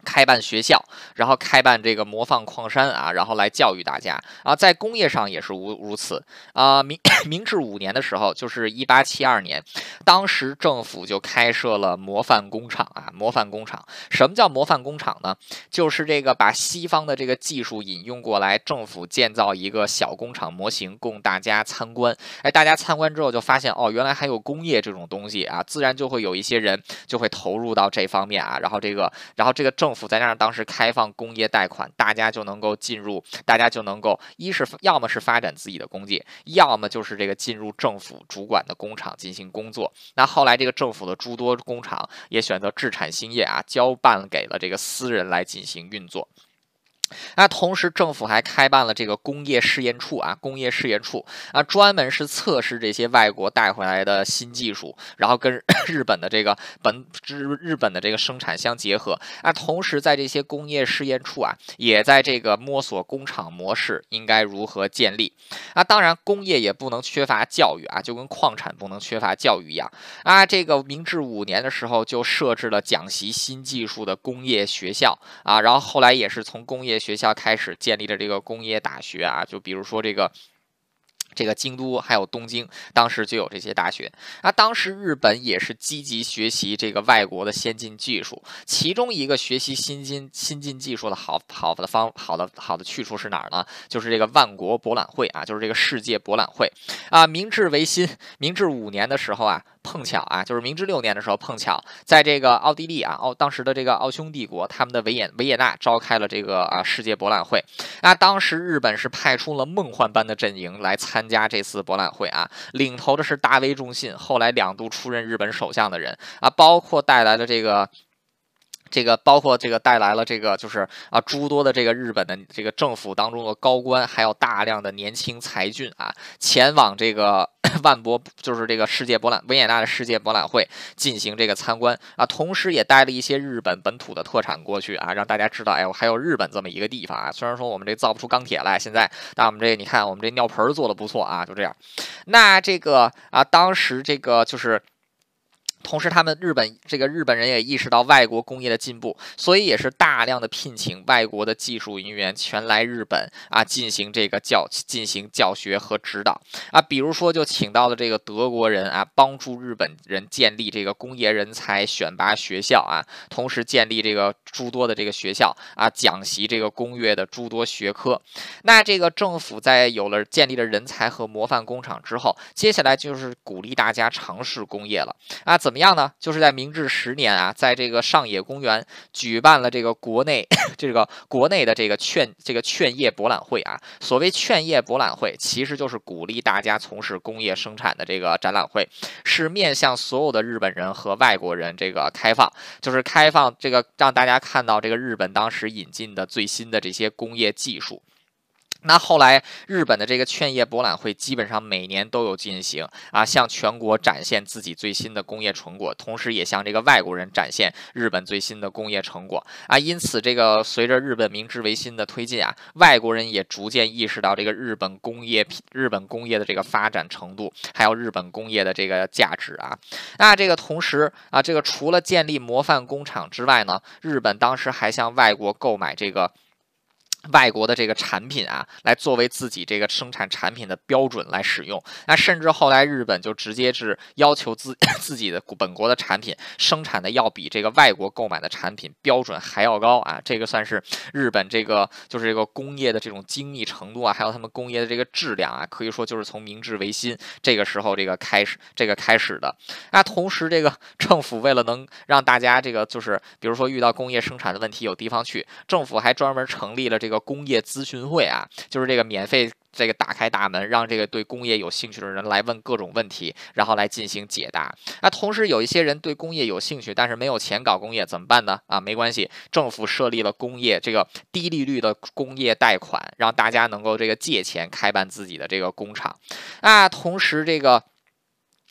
开办学校，然后开办这个模范矿山啊，然后来教育大家啊，在工业上也是如如此啊。明明治五年的时候，就是一八七二年，当时政府就开设了模范工厂啊，模范工厂。什么叫模范工厂呢？就是这个把西方的这个技术引用过来，政府建造一个小工厂模型供大家参观。哎，大家参观之后就发现哦，原来还有工业这种东西啊，自然就会有一些人就会投入到这方面啊，然后这个，然后这个政府再加上当时开放工业贷款，大家就能够进入，大家就能够一是要么是发展自己的工业，要么就是这个进入政府主管的工厂进行工作。那后来这个政府的诸多工厂也选择置产兴业啊，交办给了这个私人来进行运作。那同时，政府还开办了这个工业试验处啊，工业试验处啊，专门是测试这些外国带回来的新技术，然后跟日本的这个本日日本的这个生产相结合啊。同时，在这些工业试验处啊，也在这个摸索工厂模式应该如何建立啊。当然，工业也不能缺乏教育啊，就跟矿产不能缺乏教育一样啊。这个明治五年的时候就设置了讲习新技术的工业学校啊，然后后来也是从工业学校开始建立了这个工业大学啊，就比如说这个。这个京都还有东京，当时就有这些大学。那当时日本也是积极学习这个外国的先进技术，其中一个学习新进新进技术的好好的方好的好的去处是哪儿呢？就是这个万国博览会啊，就是这个世界博览会啊。明治维新，明治五年的时候啊。碰巧啊，就是明治六年的时候，碰巧在这个奥地利啊，奥当时的这个奥匈帝国，他们的维也维也纳召开了这个啊世界博览会。那当时日本是派出了梦幻般的阵营来参加这次博览会啊，领头的是大隈重信，后来两度出任日本首相的人啊，包括带来了这个。这个包括这个带来了这个就是啊诸多的这个日本的这个政府当中的高官，还有大量的年轻才俊啊，前往这个万博就是这个世界博览维也纳的世界博览会进行这个参观啊，同时也带了一些日本本土的特产过去啊，让大家知道哎，我还有日本这么一个地方啊。虽然说我们这造不出钢铁来，现在但我们这你看我们这尿盆做的不错啊，就这样。那这个啊，当时这个就是。同时，他们日本这个日本人也意识到外国工业的进步，所以也是大量的聘请外国的技术人员全来日本啊，进行这个教进行教学和指导啊。比如说，就请到了这个德国人啊，帮助日本人建立这个工业人才选拔学校啊，同时建立这个诸多的这个学校啊，讲习这个工业的诸多学科。那这个政府在有了建立了人才和模范工厂之后，接下来就是鼓励大家尝试工业了啊。怎么样呢？就是在明治十年啊，在这个上野公园举办了这个国内这个国内的这个劝这个劝业博览会啊。所谓劝业博览会，其实就是鼓励大家从事工业生产的这个展览会，是面向所有的日本人和外国人这个开放，就是开放这个让大家看到这个日本当时引进的最新的这些工业技术。那后来，日本的这个劝业博览会基本上每年都有进行啊，向全国展现自己最新的工业成果，同时也向这个外国人展现日本最新的工业成果啊。因此，这个随着日本明治维新的推进啊，外国人也逐渐意识到这个日本工业日本工业的这个发展程度，还有日本工业的这个价值啊。那这个同时啊，这个除了建立模范工厂之外呢，日本当时还向外国购买这个。外国的这个产品啊，来作为自己这个生产产品的标准来使用。那甚至后来日本就直接是要求自自己的本国的产品生产的要比这个外国购买的产品标准还要高啊。这个算是日本这个就是这个工业的这种精密程度啊，还有他们工业的这个质量啊，可以说就是从明治维新这个时候这个开始这个开始的。那同时，这个政府为了能让大家这个就是比如说遇到工业生产的问题有地方去，政府还专门成立了这个。工业咨询会啊，就是这个免费这个打开大门，让这个对工业有兴趣的人来问各种问题，然后来进行解答。那同时有一些人对工业有兴趣，但是没有钱搞工业怎么办呢？啊，没关系，政府设立了工业这个低利率的工业贷款，让大家能够这个借钱开办自己的这个工厂。啊，同时这个。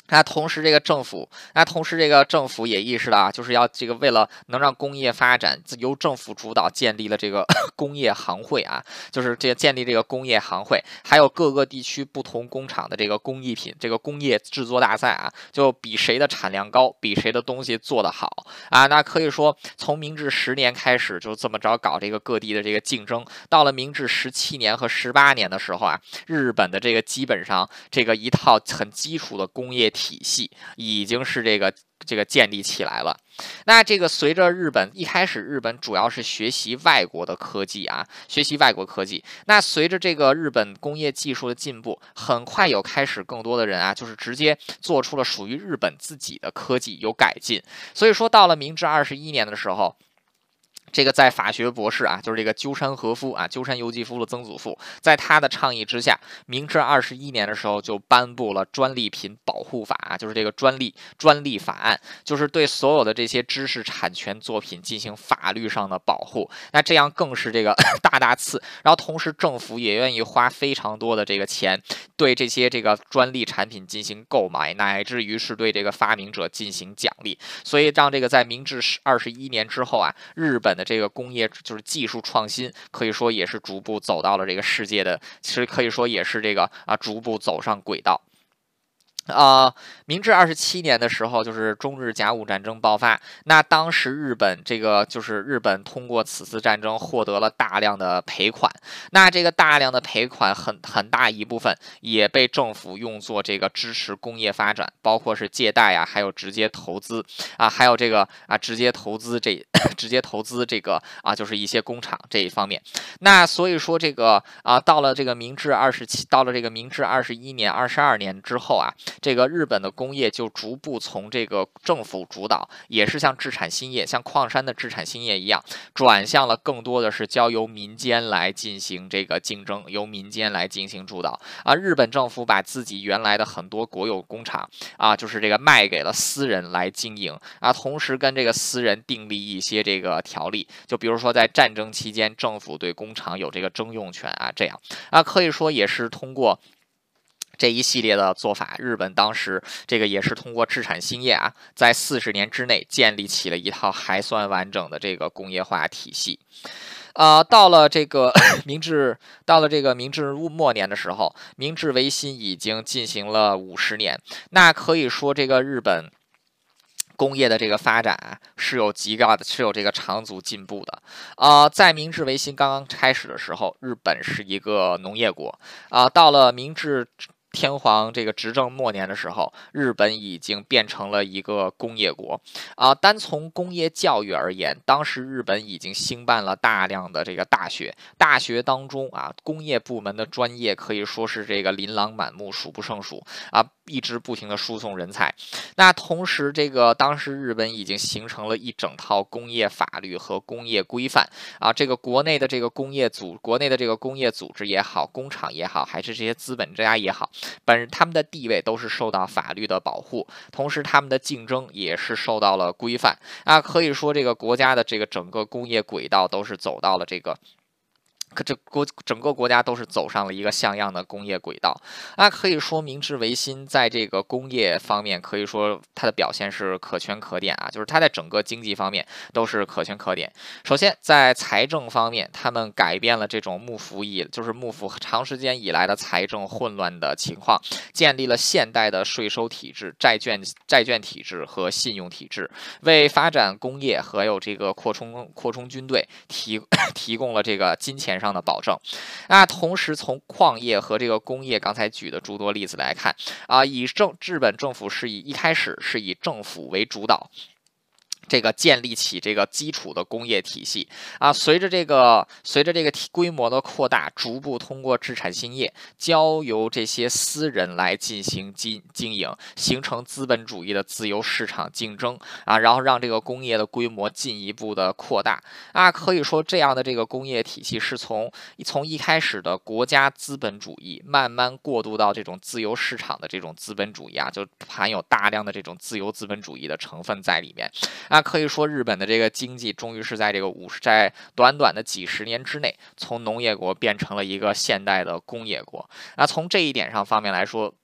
那同时，这个政府，那同时这个政府也意识到啊，就是要这个为了能让工业发展，由政府主导建立了这个工业行会啊，就是这建立这个工业行会，还有各个地区不同工厂的这个工艺品，这个工业制作大赛啊，就比谁的产量高，比谁的东西做得好啊。那可以说，从明治十年开始就这么着搞这个各地的这个竞争，到了明治十七年和十八年的时候啊，日本的这个基本上这个一套很基础的工业体系已经是这个这个建立起来了。那这个随着日本一开始，日本主要是学习外国的科技啊，学习外国科技。那随着这个日本工业技术的进步，很快有开始更多的人啊，就是直接做出了属于日本自己的科技，有改进。所以说，到了明治二十一年的时候。这个在法学博士啊，就是这个鸠山和夫啊，鸠山由纪夫的曾祖父，在他的倡议之下，明治二十一年的时候就颁布了专利品保护法啊，就是这个专利专利法案，就是对所有的这些知识产权作品进行法律上的保护。那这样更是这个大大次，然后同时政府也愿意花非常多的这个钱，对这些这个专利产品进行购买，乃至于是对这个发明者进行奖励。所以让这个在明治二十一年之后啊，日本的这个工业就是技术创新，可以说也是逐步走到了这个世界的，其实可以说也是这个啊逐步走上轨道。啊、呃，明治二十七年的时候，就是中日甲午战争爆发。那当时日本这个就是日本通过此次战争获得了大量的赔款。那这个大量的赔款很很大一部分也被政府用作这个支持工业发展，包括是借贷呀，还有直接投资啊，还有这个啊直接投资这直接投资这个啊就是一些工厂这一方面。那所以说这个啊到了这个明治二十七，到了这个明治二十一年、二十二年之后啊。这个日本的工业就逐步从这个政府主导，也是像制产兴业、像矿山的制产兴业一样，转向了更多的是交由民间来进行这个竞争，由民间来进行主导啊。日本政府把自己原来的很多国有工厂啊，就是这个卖给了私人来经营啊，同时跟这个私人订立一些这个条例，就比如说在战争期间，政府对工厂有这个征用权啊，这样啊，可以说也是通过。这一系列的做法，日本当时这个也是通过制产兴业啊，在四十年之内建立起了一套还算完整的这个工业化体系。呃，到了这个明治，到了这个明治末年的时候，明治维新已经进行了五十年，那可以说这个日本。工业的这个发展啊，是有极高的，是有这个长足进步的。呃，在明治维新刚刚开始的时候，日本是一个农业国啊、呃，到了明治。天皇这个执政末年的时候，日本已经变成了一个工业国啊、呃。单从工业教育而言，当时日本已经兴办了大量的这个大学，大学当中啊，工业部门的专业可以说是这个琳琅满目，数不胜数啊，一直不停的输送人才。那同时，这个当时日本已经形成了一整套工业法律和工业规范啊，这个国内的这个工业组，国内的这个工业组织也好，工厂也好，还是这些资本家也好。本他们的地位都是受到法律的保护，同时他们的竞争也是受到了规范啊，可以说这个国家的这个整个工业轨道都是走到了这个。可这国整个国家都是走上了一个像样的工业轨道，那可以说明治维新在这个工业方面，可以说它的表现是可圈可点啊，就是它在整个经济方面都是可圈可点。首先在财政方面，他们改变了这种幕府以就是幕府长时间以来的财政混乱的情况，建立了现代的税收体制、债券债券体制和信用体制，为发展工业和有这个扩充扩充军队提提供了这个金钱上的保证。那同时从矿业和这个工业刚才举的诸多例子来看啊，以政日本政府是以一开始是以政府为主导。这个建立起这个基础的工业体系啊，随着这个随着这个规模的扩大，逐步通过制产兴业，交由这些私人来进行经经营，形成资本主义的自由市场竞争啊，然后让这个工业的规模进一步的扩大啊，可以说这样的这个工业体系是从从一开始的国家资本主义，慢慢过渡到这种自由市场的这种资本主义啊，就含有大量的这种自由资本主义的成分在里面。那可以说，日本的这个经济终于是在这个五十在短短的几十年之内，从农业国变成了一个现代的工业国。那从这一点上方面来说，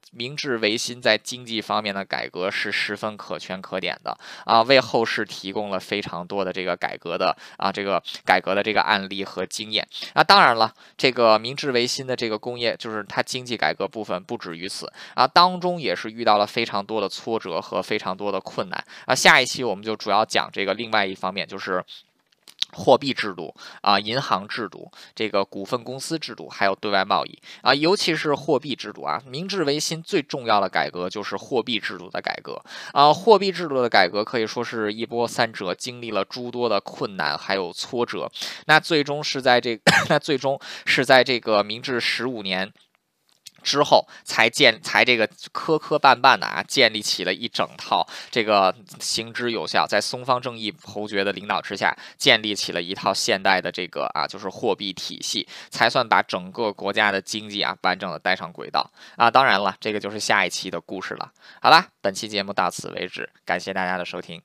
明治维新在经济方面的改革是十分可圈可点的啊，为后世提供了非常多的这个改革的啊这个改革的这个案例和经验啊。当然了，这个明治维新的这个工业就是它经济改革部分不止于此啊，当中也是遇到了非常多的挫折和非常多的困难啊。下一期我们就主要讲这个另外一方面，就是货币制度啊、银行制度、这个股份公司制度，还有对外贸易啊，尤其是货币制度啊。明治维新最重要的改革就是货币制度的改革啊。货币制度的改革可以说是一波三折，经历了诸多的困难还有挫折。那最终是在这个，那最终是在这个明治十五年。之后才建才这个磕磕绊绊的啊，建立起了一整套这个行之有效，在松方正义侯爵的领导之下，建立起了一套现代的这个啊，就是货币体系，才算把整个国家的经济啊完整的带上轨道啊。当然了，这个就是下一期的故事了。好啦，本期节目到此为止，感谢大家的收听。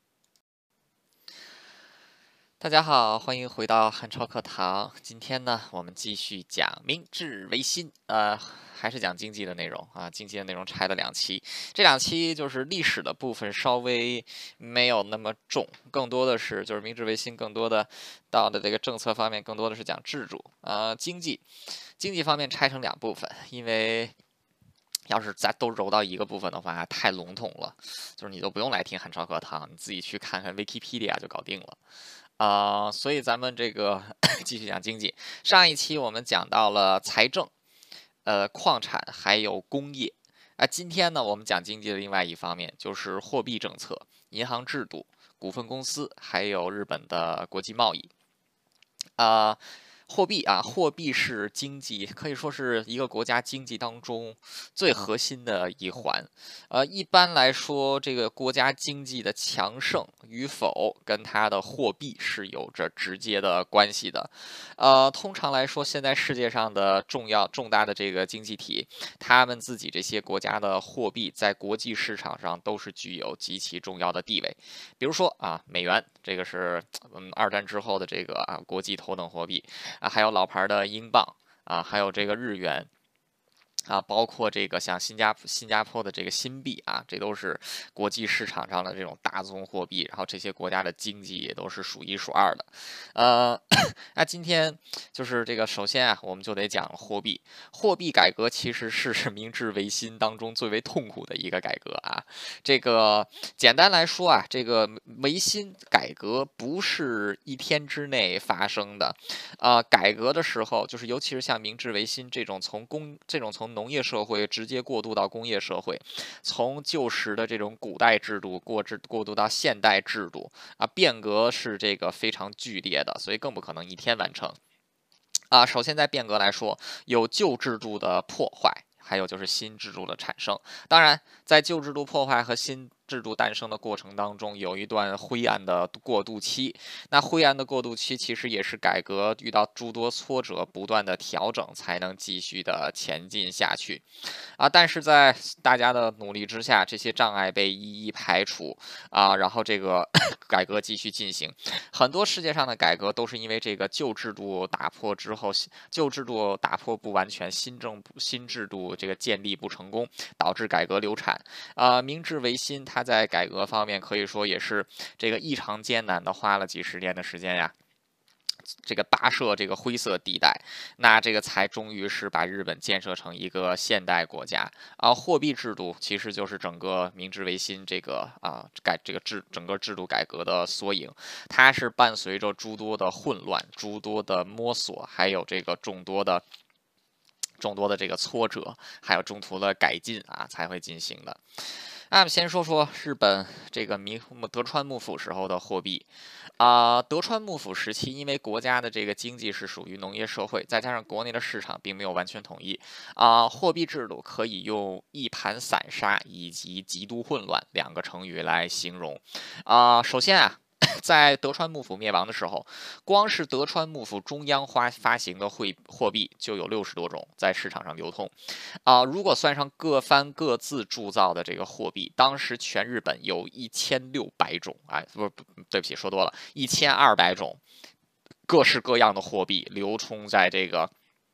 大家好，欢迎回到汉超课堂。今天呢，我们继续讲明治维新，呃，还是讲经济的内容啊。经济的内容拆了两期，这两期就是历史的部分稍微没有那么重，更多的是就是明治维新，更多的到的这个政策方面，更多的是讲制度啊、呃。经济，经济方面拆成两部分，因为要是咱都揉到一个部分的话，太笼统了，就是你都不用来听汉超课堂，你自己去看看 Wikipedia 就搞定了。啊、呃，所以咱们这个继续讲经济。上一期我们讲到了财政、呃矿产还有工业。啊，今天呢，我们讲经济的另外一方面，就是货币政策、银行制度、股份公司，还有日本的国际贸易。啊、呃，货币啊，货币是经济可以说是一个国家经济当中最核心的一环。呃，一般来说，这个国家经济的强盛与否跟它的货币是有着直接的关系的。呃，通常来说，现在世界上的重要重大的这个经济体，他们自己这些国家的货币在国际市场上都是具有极其重要的地位。比如说啊，美元，这个是嗯二战之后的这个啊国际头等货币啊，还有老牌的英镑啊，还有这个日元。啊，包括这个像新加新加坡的这个新币啊，这都是国际市场上的这种大宗货币，然后这些国家的经济也都是数一数二的。呃，那今天就是这个，首先啊，我们就得讲货币。货币改革其实是明治维新当中最为痛苦的一个改革啊。这个简单来说啊，这个维新改革不是一天之内发生的。呃，改革的时候，就是尤其是像明治维新这种从工这种从农业社会直接过渡到工业社会，从旧时的这种古代制度过制过渡到现代制度啊，变革是这个非常剧烈的，所以更不可能一天完成。啊，首先在变革来说，有旧制度的破坏，还有就是新制度的产生。当然，在旧制度破坏和新制度诞生的过程当中，有一段灰暗的过渡期。那灰暗的过渡期其实也是改革遇到诸多挫折，不断的调整，才能继续的前进下去。啊，但是在大家的努力之下，这些障碍被一一排除啊，然后这个改革继续进行。很多世界上的改革都是因为这个旧制度打破之后，旧制度打破不完全，新政新制度这个建立不成功，导致改革流产。啊，明治维新它在改革方面可以说也是这个异常艰难的，花了几十年的时间呀。这个跋涉这个灰色地带，那这个才终于是把日本建设成一个现代国家啊。货币制度其实就是整个明治维新这个啊改这个制整个制度改革的缩影，它是伴随着诸多的混乱、诸多的摸索，还有这个众多的。众多的这个挫折，还有中途的改进啊，才会进行的。那我们先说说日本这个明德川幕府时候的货币啊、呃，德川幕府时期，因为国家的这个经济是属于农业社会，再加上国内的市场并没有完全统一啊、呃，货币制度可以用一盘散沙以及极度混乱两个成语来形容啊、呃。首先啊。在德川幕府灭亡的时候，光是德川幕府中央发发行的汇货币就有六十多种在市场上流通，啊、呃，如果算上各藩各自铸造的这个货币，当时全日本有一千六百种，哎，不不，对不起，说多了，一千二百种各式各样的货币流通在这个。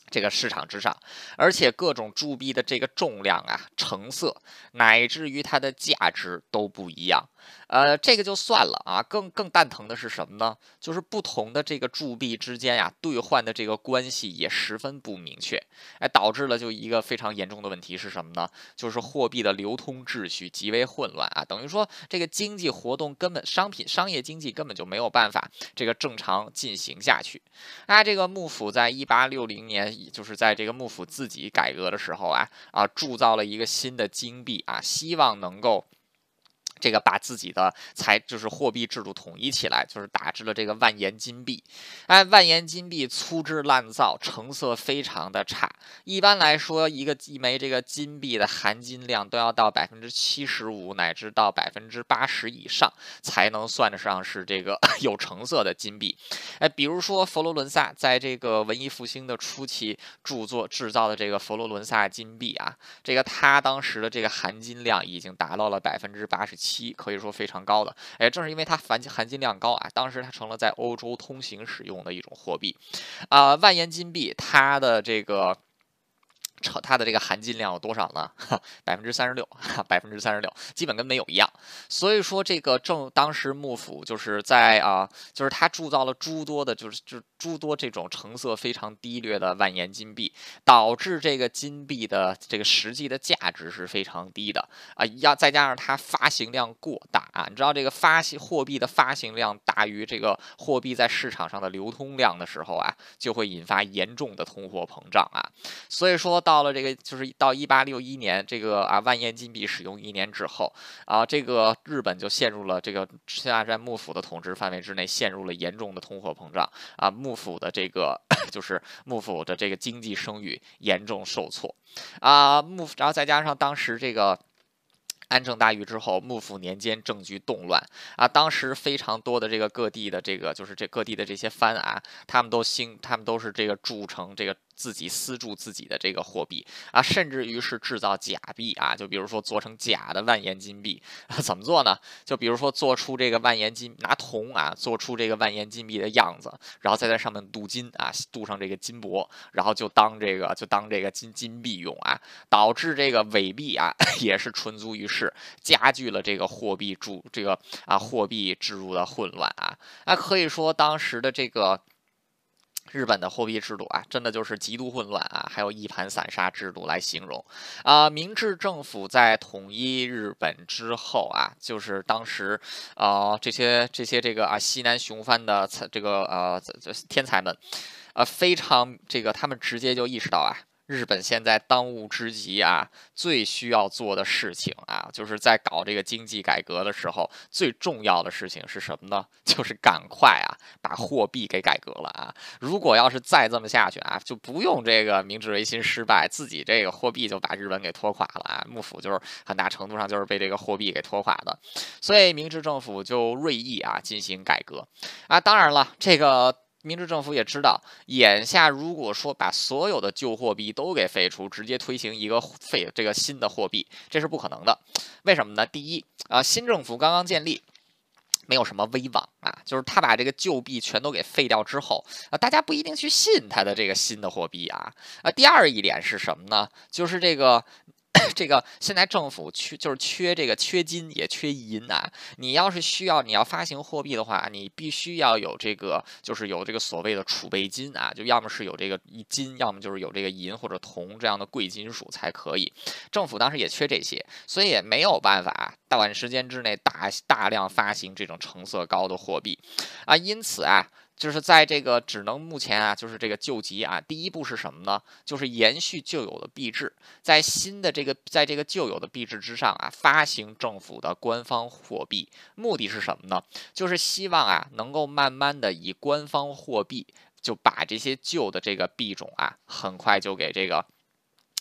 这个市场之上，而且各种铸币的这个重量啊、成色，乃至于它的价值都不一样。呃，这个就算了啊，更更蛋疼的是什么呢？就是不同的这个铸币之间呀、兑换的这个关系也十分不明确，哎，导致了就一个非常严重的问题是什么呢？就是货币的流通秩序极为混乱啊，等于说这个经济活动根本商品商业经济根本就没有办法这个正常进行下去。那这个幕府在一八六零年，就是在这个幕府自己改革的时候啊啊，铸造了一个新的金币啊，希望能够。这个把自己的财就是货币制度统一起来，就是打制了这个万延金币。哎，万延金币粗制滥造，成色非常的差。一般来说，一个一枚这个金币的含金量都要到百分之七十五乃至到百分之八十以上，才能算得上是这个有成色的金币。哎，比如说佛罗伦萨在这个文艺复兴的初期著作制造的这个佛罗伦萨金币啊，这个它当时的这个含金量已经达到了百分之八十七，可以说非常高的。哎，正是因为它含含金量高啊，当时它成了在欧洲通行使用的一种货币。啊、呃，万延金币它的这个。它的这个含金量有多少呢？百分之三十六，百分之三十六，基本跟没有一样。所以说，这个正当时幕府就是在啊、呃，就是他铸造了诸多的，就是就诸多这种成色非常低劣的万延金币，导致这个金币的这个实际的价值是非常低的啊。要再加上它发行量过大啊，你知道这个发行货币的发行量大于这个货币在市场上的流通量的时候啊，就会引发严重的通货膨胀啊。所以说。到了这个就是到一八六一年，这个啊万延金币使用一年之后啊，这个日本就陷入了这个现在在幕府的统治范围之内，陷入了严重的通货膨胀啊，幕府的这个就是幕府的这个经济声誉严重受挫啊，幕府，然后再加上当时这个。安政大狱之后，幕府年间政局动乱啊，当时非常多的这个各地的这个就是这各地的这些藩啊，他们都兴，他们都是这个铸成这个自己私铸自己的这个货币啊，甚至于是制造假币啊，就比如说做成假的万延金币，啊、怎么做呢？就比如说做出这个万延金，拿铜啊做出这个万延金币的样子，然后再在上面镀金啊，镀上这个金箔，然后就当这个就当这个金金币用啊，导致这个伪币啊也是纯足于世。加剧了这个货币注这个啊货币制度的混乱啊，那可以说当时的这个。日本的货币制度啊，真的就是极度混乱啊，还有一盘散沙制度来形容啊。明治政府在统一日本之后啊，就是当时啊这些这些这个啊西南雄藩的这个呃天才们，呃非常这个他们直接就意识到啊。日本现在当务之急啊，最需要做的事情啊，就是在搞这个经济改革的时候，最重要的事情是什么呢？就是赶快啊，把货币给改革了啊！如果要是再这么下去啊，就不用这个明治维新失败，自己这个货币就把日本给拖垮了啊！幕府就是很大程度上就是被这个货币给拖垮的，所以明治政府就锐意啊进行改革啊。当然了，这个。明治政府也知道，眼下如果说把所有的旧货币都给废除，直接推行一个废这个新的货币，这是不可能的。为什么呢？第一啊，新政府刚刚建立。没有什么威望啊，就是他把这个旧币全都给废掉之后啊，大家不一定去信他的这个新的货币啊啊。第二一点是什么呢？就是这个。这个现在政府缺就是缺这个缺金也缺银啊！你要是需要你要发行货币的话，你必须要有这个就是有这个所谓的储备金啊，就要么是有这个金，要么就是有这个银或者铜这样的贵金属才可以。政府当时也缺这些，所以也没有办法短时间之内大大量发行这种成色高的货币啊，因此啊。就是在这个只能目前啊，就是这个救急啊，第一步是什么呢？就是延续旧有的币制，在新的这个在这个旧有的币制之上啊，发行政府的官方货币，目的是什么呢？就是希望啊，能够慢慢的以官方货币就把这些旧的这个币种啊，很快就给这个。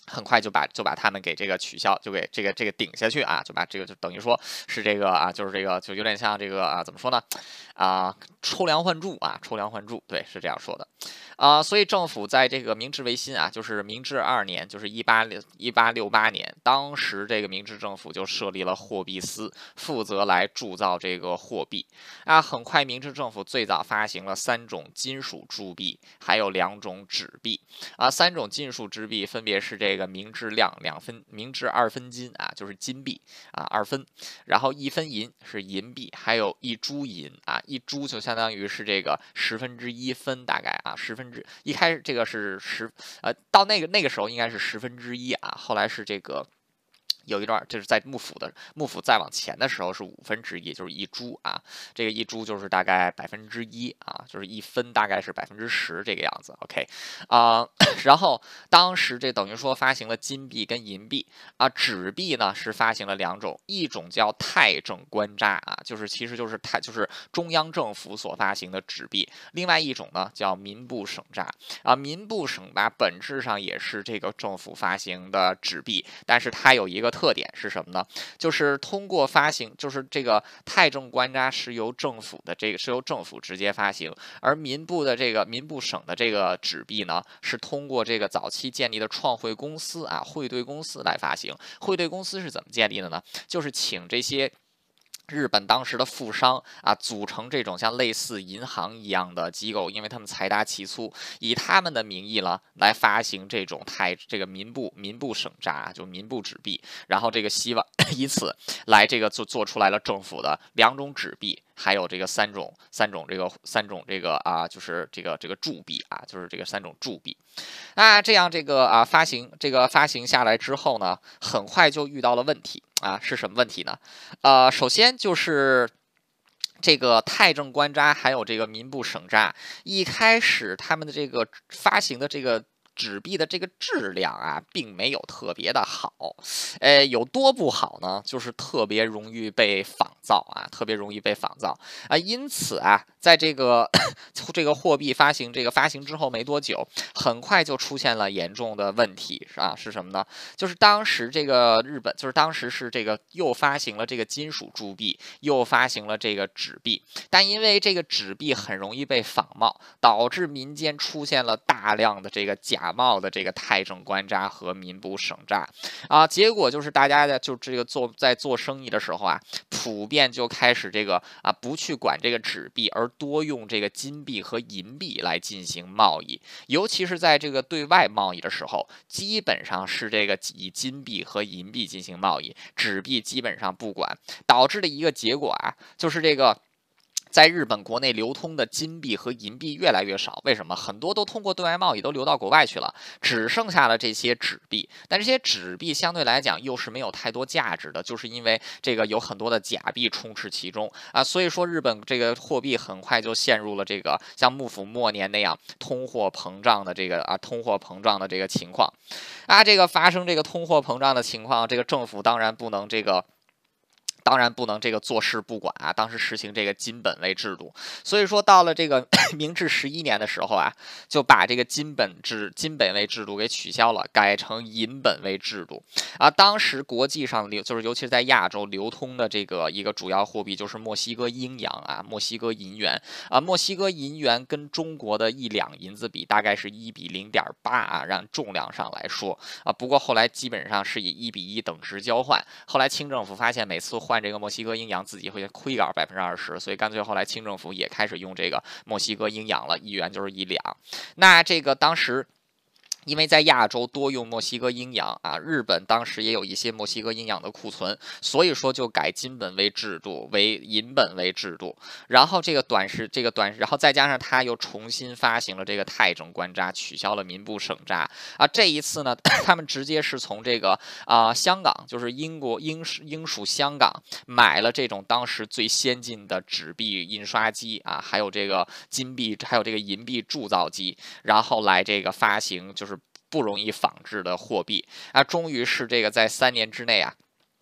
很快就把就把他们给这个取消，就给这个这个顶下去啊，就把这个就等于说是这个啊，就是这个就有点像这个啊，怎么说呢？啊，抽梁换柱啊，抽梁换柱，对，是这样说的。啊，所以政府在这个明治维新啊，就是明治二年，就是一八六一八六八年，当时这个明治政府就设立了货币司，负责来铸造这个货币。啊，很快明治政府最早发行了三种金属铸币，还有两种纸币。啊，三种金属制币分别是这个明治亮两分，明治二分金啊，就是金币啊二分，然后一分银是银币，还有一铢银啊，一铢就相当于是这个十分之一分，大概啊十分之一开始这个是十呃到那个那个时候应该是十分之一啊，后来是这个。有一段就是在幕府的幕府再往前的时候是五分之一，就是一铢啊，这个一铢就是大概百分之一啊，就是一分大概是百分之十这个样子。OK 啊、呃，然后当时这等于说发行了金币跟银币啊，纸币呢是发行了两种，一种叫太政官札啊，就是其实就是太就是中央政府所发行的纸币，另外一种呢叫民部省札啊，民部省札本质上也是这个政府发行的纸币，但是它有一个特点是什么呢？就是通过发行，就是这个太政官札是由政府的这个是由政府直接发行，而民部的这个民部省的这个纸币呢，是通过这个早期建立的创汇公司啊汇兑公司来发行。汇兑公司是怎么建立的呢？就是请这些。日本当时的富商啊，组成这种像类似银行一样的机构，因为他们财大气粗，以他们的名义呢来发行这种太这个民部民部省札，就民部纸币，然后这个希望以此来这个做做出来了政府的两种纸币。还有这个三种三种这个三种这个啊，就是这个这个铸币啊，就是这个三种铸币。那这样这个啊发行这个发行下来之后呢，很快就遇到了问题啊，是什么问题呢？呃，首先就是这个太政官札还有这个民部省札，一开始他们的这个发行的这个。纸币的这个质量啊，并没有特别的好，呃，有多不好呢？就是特别容易被仿造啊，特别容易被仿造啊，因此啊，在这个这个货币发行这个发行之后没多久，很快就出现了严重的问题啊，是什么呢？就是当时这个日本，就是当时是这个又发行了这个金属铸币，又发行了这个纸币，但因为这个纸币很容易被仿冒，导致民间出现了大量的这个假。假冒的这个太政官札和民部省札啊，结果就是大家的就这个做在做生意的时候啊，普遍就开始这个啊不去管这个纸币，而多用这个金币和银币来进行贸易，尤其是在这个对外贸易的时候，基本上是这个以金币和银币进行贸易，纸币基本上不管，导致的一个结果啊，就是这个。在日本国内流通的金币和银币越来越少，为什么？很多都通过对外贸易都流到国外去了，只剩下了这些纸币。但这些纸币相对来讲又是没有太多价值的，就是因为这个有很多的假币充斥其中啊，所以说日本这个货币很快就陷入了这个像幕府末年那样通货膨胀的这个啊通货膨胀的这个情况啊，这个发生这个通货膨胀的情况，这个政府当然不能这个。当然不能这个坐视不管啊！当时实行这个金本位制度，所以说到了这个明治十一年的时候啊，就把这个金本制金本位制度给取消了，改成银本位制度啊。当时国际上流就是尤其是在亚洲流通的这个一个主要货币就是墨西哥英洋啊，墨西哥银元啊，墨西哥银元跟中国的一两银子比，大概是一比零点八啊，让重量上来说啊，不过后来基本上是以一比一等值交换。后来清政府发现每次换这个墨西哥英洋自己会亏个百分之二十，所以干脆后来清政府也开始用这个墨西哥英洋了，一元就是一两。那这个当时。因为在亚洲多用墨西哥英洋啊，日本当时也有一些墨西哥英洋的库存，所以说就改金本位制度为银本位制度。然后这个短时这个短，然后再加上他又重新发行了这个太政官札，取消了民部省札啊。这一次呢，他们直接是从这个啊、呃、香港，就是英国英英属香港买了这种当时最先进的纸币印刷机啊，还有这个金币，还有这个银币铸造机，然后来这个发行就是不容易仿制的货币啊，终于是这个在三年之内啊。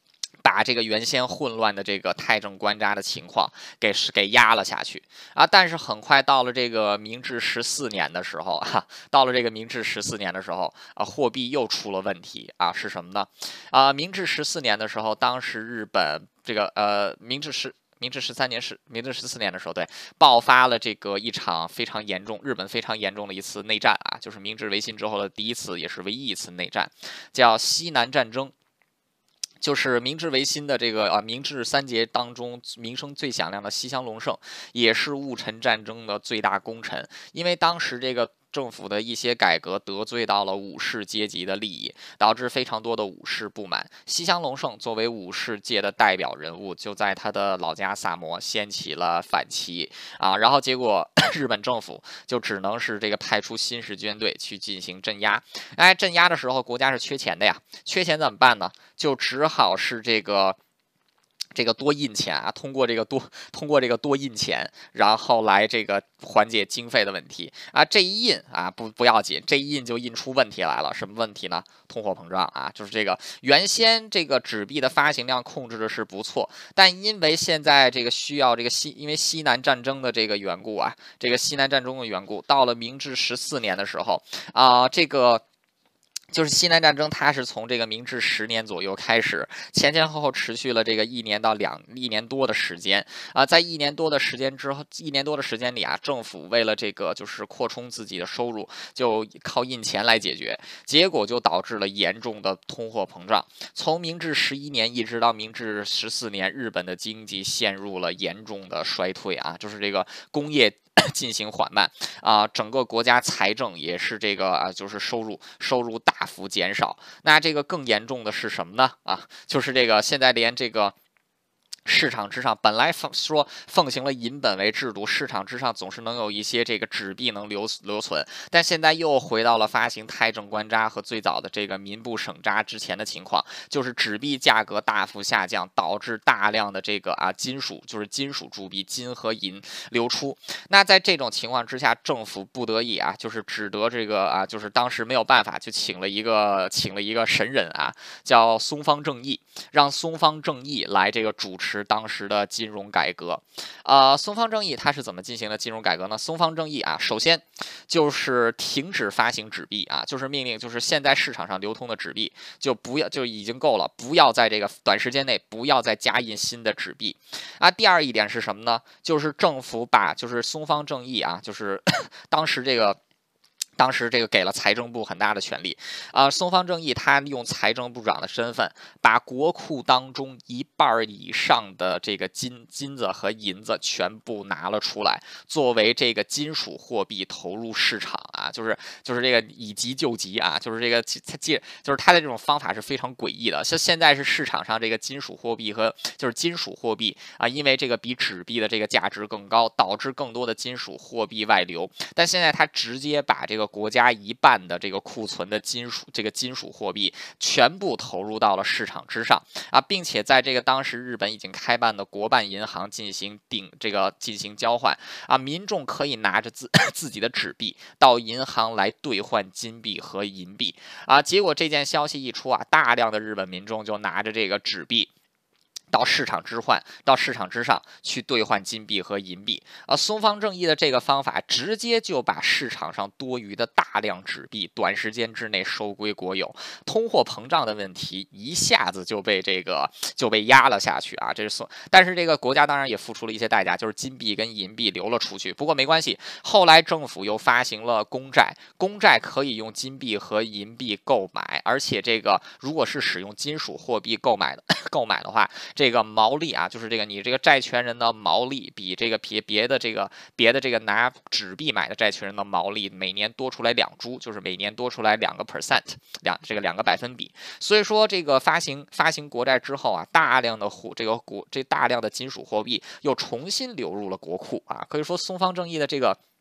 把这个原先混乱的这个太政官札的情况给是给压了下去啊。但是很快到了这个明治十四年的时候啊，到了这个明治十四年的时候啊，货币又出了问题啊，是什么呢？啊，明治十四年的时候，当时日本这个呃，明治十。明治十三年是明治十四年的时候，对，爆发了这个一场非常严重，日本非常严重的一次内战啊，就是明治维新之后的第一次，也是唯一一次内战，叫西南战争。就是明治维新的这个啊，明治三杰当中名声最响亮的西乡隆盛，也是戊辰战争的最大功臣。因为当时这个政府的一些改革得罪到了武士阶级的利益，导致非常多的武士不满。西乡隆盛作为武士界的代表人物，就在他的老家萨摩掀起了反旗啊，然后结果日本政府就只能是这个派出新式军队去进行镇压。哎，镇压的时候国家是缺钱的呀，缺钱怎么办呢？就只好是这个。这个多印钱啊，通过这个多通过这个多印钱，然后来这个缓解经费的问题啊。这一印啊不不要紧，这一印就印出问题来了。什么问题呢？通货膨胀啊，就是这个原先这个纸币的发行量控制的是不错，但因为现在这个需要这个西因为西南战争的这个缘故啊，这个西南战争的缘故，到了明治十四年的时候啊、呃，这个。就是西南战争，它是从这个明治十年左右开始，前前后后持续了这个一年到两一年多的时间啊、呃。在一年多的时间之后，一年多的时间里啊，政府为了这个就是扩充自己的收入，就靠印钱来解决，结果就导致了严重的通货膨胀。从明治十一年一直到明治十四年，日本的经济陷入了严重的衰退啊，就是这个工业。进行缓慢啊、呃，整个国家财政也是这个啊、呃，就是收入收入大幅减少。那这个更严重的是什么呢？啊，就是这个现在连这个。市场之上本来奉说奉行了银本为制度，市场之上总是能有一些这个纸币能留留存，但现在又回到了发行太政官札和最早的这个民部省札之前的情况，就是纸币价格大幅下降，导致大量的这个啊金属就是金属铸币金和银流出。那在这种情况之下，政府不得已啊，就是只得这个啊，就是当时没有办法，就请了一个请了一个神人啊，叫松方正义，让松方正义来这个主持。当时的金融改革，呃，松方正义他是怎么进行的金融改革呢？松方正义啊，首先就是停止发行纸币啊，就是命令，就是现在市场上流通的纸币就不要就已经够了，不要在这个短时间内不要再加印新的纸币啊。第二一点是什么呢？就是政府把就是松方正义啊，就是当时这个。当时这个给了财政部很大的权利，啊、呃，松方正义他用财政部长的身份，把国库当中一半以上的这个金金子和银子全部拿了出来，作为这个金属货币投入市场啊，就是就是这个以急救急啊，就是这个他借就是他的这种方法是非常诡异的。像现在是市场上这个金属货币和就是金属货币啊，因为这个比纸币的这个价值更高，导致更多的金属货币外流，但现在他直接把这个国家一半的这个库存的金属这个金属货币全部投入到了市场之上啊，并且在这个当时日本已经开办的国办银行进行顶这个进行交换啊，民众可以拿着自自己的纸币到银行来兑换金币和银币啊，结果这件消息一出啊，大量的日本民众就拿着这个纸币。到市场之换，到市场之上去兑换金币和银币。而松方正义的这个方法，直接就把市场上多余的大量纸币，短时间之内收归国有，通货膨胀的问题一下子就被这个就被压了下去啊！这是松，但是这个国家当然也付出了一些代价，就是金币跟银币流了出去。不过没关系，后来政府又发行了公债，公债可以用金币和银币购买，而且这个如果是使用金属货币购买的购买的话。这个毛利啊，就是这个你这个债权人的毛利比这个别别的这个别的这个拿纸币买的债权人的毛利每年多出来两铢，就是每年多出来两个 percent， 两这个两个百分比。所以说这个发行发行国债之后啊，大量的货这个国这大量的金属货币又重新流入了国库啊，可以说松方正义的这个。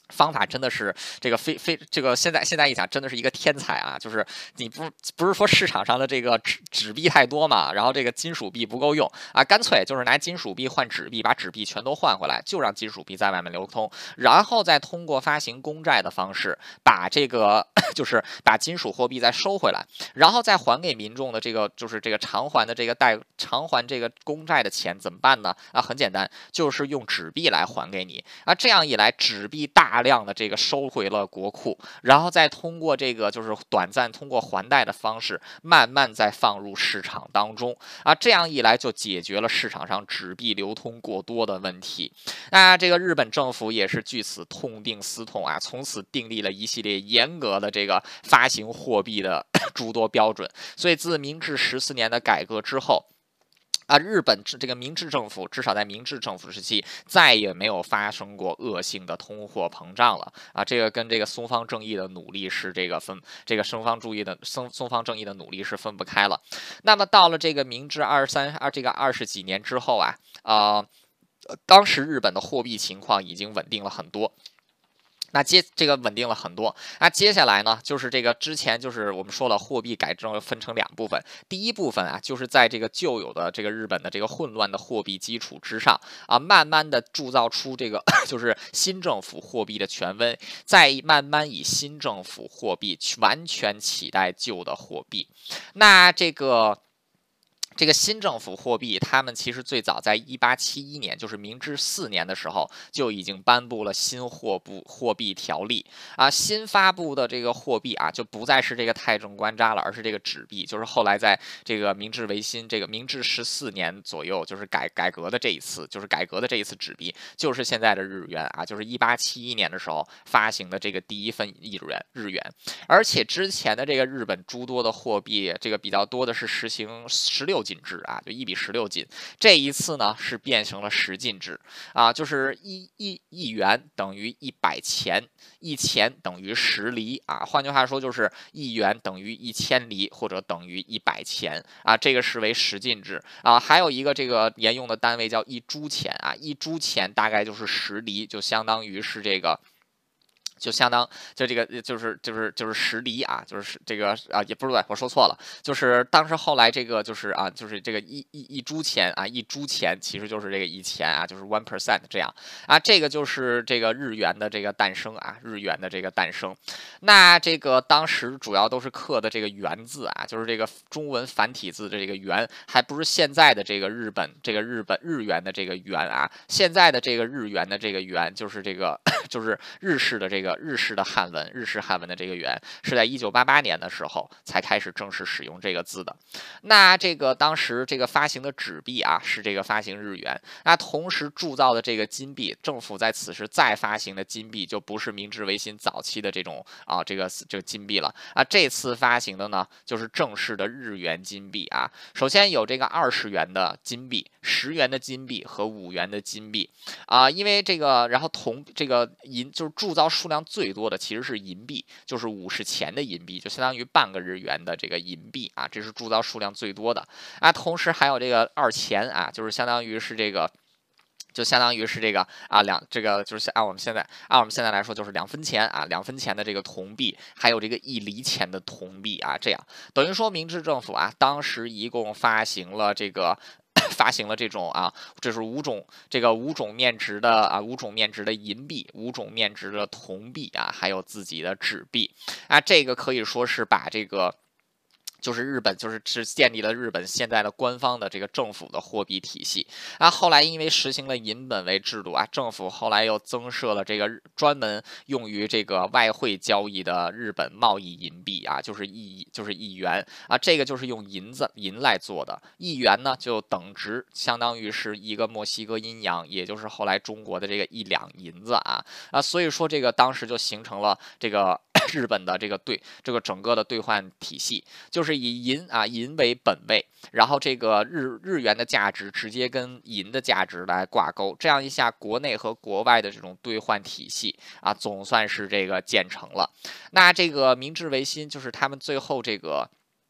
方法真的是这个非非这个现在现在一想真的是一个天才啊！就是你不不是说市场上的这个纸纸币太多嘛，然后这个金属币不够用啊，干脆就是拿金属币换纸币，把纸币全都换回来，就让金属币在外面流通，然后再通过发行公债的方式把这个就是把金属货币再收回来，然后再还给民众的这个就是这个偿还的这个贷偿还这个公债的钱怎么办呢？啊，很简单，就是用纸币来还给你啊，这样一来，纸币大量的这个收回了国库，然后再通过这个就是短暂通过还贷的方式，慢慢再放入市场当中啊，这样一来就解决了市场上纸币流通过多的问题。那这个日本政府也是据此痛定思痛啊，从此订立了一系列严格的这个发行货币的诸多标准。所以自明治十四年的改革之后，啊，日本这个明治政府至少在明治政府时期再也没有发生过恶性的通货膨胀了啊！这个跟这个松方正义的努力是这个分，这个松方注意的松松方正义的努力是分不开了。那么到了这个明治二三二这个二十几年之后啊，啊、呃，当时日本的货币情况已经稳定了很多。那接这个稳定了很多，那接下来呢，就是这个之前就是我们说了，货币改正分成两部分，第一部分啊，就是在这个旧有的这个日本的这个混乱的货币基础之上啊，慢慢的铸造出这个就是新政府货币的权威，再慢慢以新政府货币完全取代旧的货币，那这个。这个新政府货币，他们其实最早在一八七一年，就是明治四年的时候，就已经颁布了新货布货币条例啊。新发布的这个货币啊，就不再是这个太政官札了，而是这个纸币。就是后来在这个明治维新，这个明治十四年左右，就是改改革的这一次，就是改革的这一次纸币，就是现在的日元啊，就是一八七一年的时候发行的这个第一份日元日元。而且之前的这个日本诸多的货币，这个比较多的是实行十六进制啊，就一比十六进。这一次呢是变成了十进制啊，就是一一一元等于一百钱，一钱等于十厘啊。换句话说，就是一元等于一千厘或者等于一百钱啊。这个是为十进制啊。还有一个这个沿用的单位叫一铢钱啊，一铢钱大概就是十厘，就相当于是这个。就相当就这个就是就是就是十厘啊，就是这个啊也不是对，我说错了，就是当时后来这个就是啊就是这个一一一铢钱啊，一铢钱其实就是这个一钱啊，就是 one percent 这样啊，这个就是这个日元的这个诞生啊，日元的这个诞生。那这个当时主要都是刻的这个元字啊，就是这个中文繁体字的这个元，还不是现在的这个日本这个日本日元的这个元啊，现在的这个日元的这个元就是这个就是日式的这个。日式的汉文，日式汉文的这个元是在一九八八年的时候才开始正式使用这个字的。那这个当时这个发行的纸币啊，是这个发行日元。那同时铸造的这个金币，政府在此时再发行的金币就不是明治维新早期的这种啊这个这个金币了啊。这次发行的呢，就是正式的日元金币啊。首先有这个二十元的金币、十元的金币和五元的金币啊，因为这个然后铜这个银就是铸造数量最多的其实是银币，就是五十钱的银币，就相当于半个日元的这个银币啊，这是铸造数量最多的啊。同时还有这个二钱啊，就是相当于是这个。就相当于是这个啊两这个就是按我们现在按我们现在来说就是两分钱啊两分钱的这个铜币，还有这个一厘钱的铜币啊，这样等于说明治政府啊当时一共发行了这个。发行了这种啊，这是五种这个五种面值的啊，五种面值的银币，五种面值的铜币啊，还有自己的纸币啊，这个可以说是把这个。就是日本，就是是建立了日本现在的官方的这个政府的货币体系啊。后来因为实行了银本位制度啊，政府后来又增设了这个专门用于这个外汇交易的日本贸易银币啊，就是一就是一元啊，这个就是用银子银来做的，一元呢就等值相当于是一个墨西哥阴阳，也就是后来中国的这个一两银子啊啊，所以说这个当时就形成了这个。日本的这个兑这个整个的兑换体系，就是以银啊银为本位，然后这个日日元的价值直接跟银的价值来挂钩，这样一下，国内和国外的这种兑换体系啊，总算是这个建成了。那这个明治维新就是他们最后这个。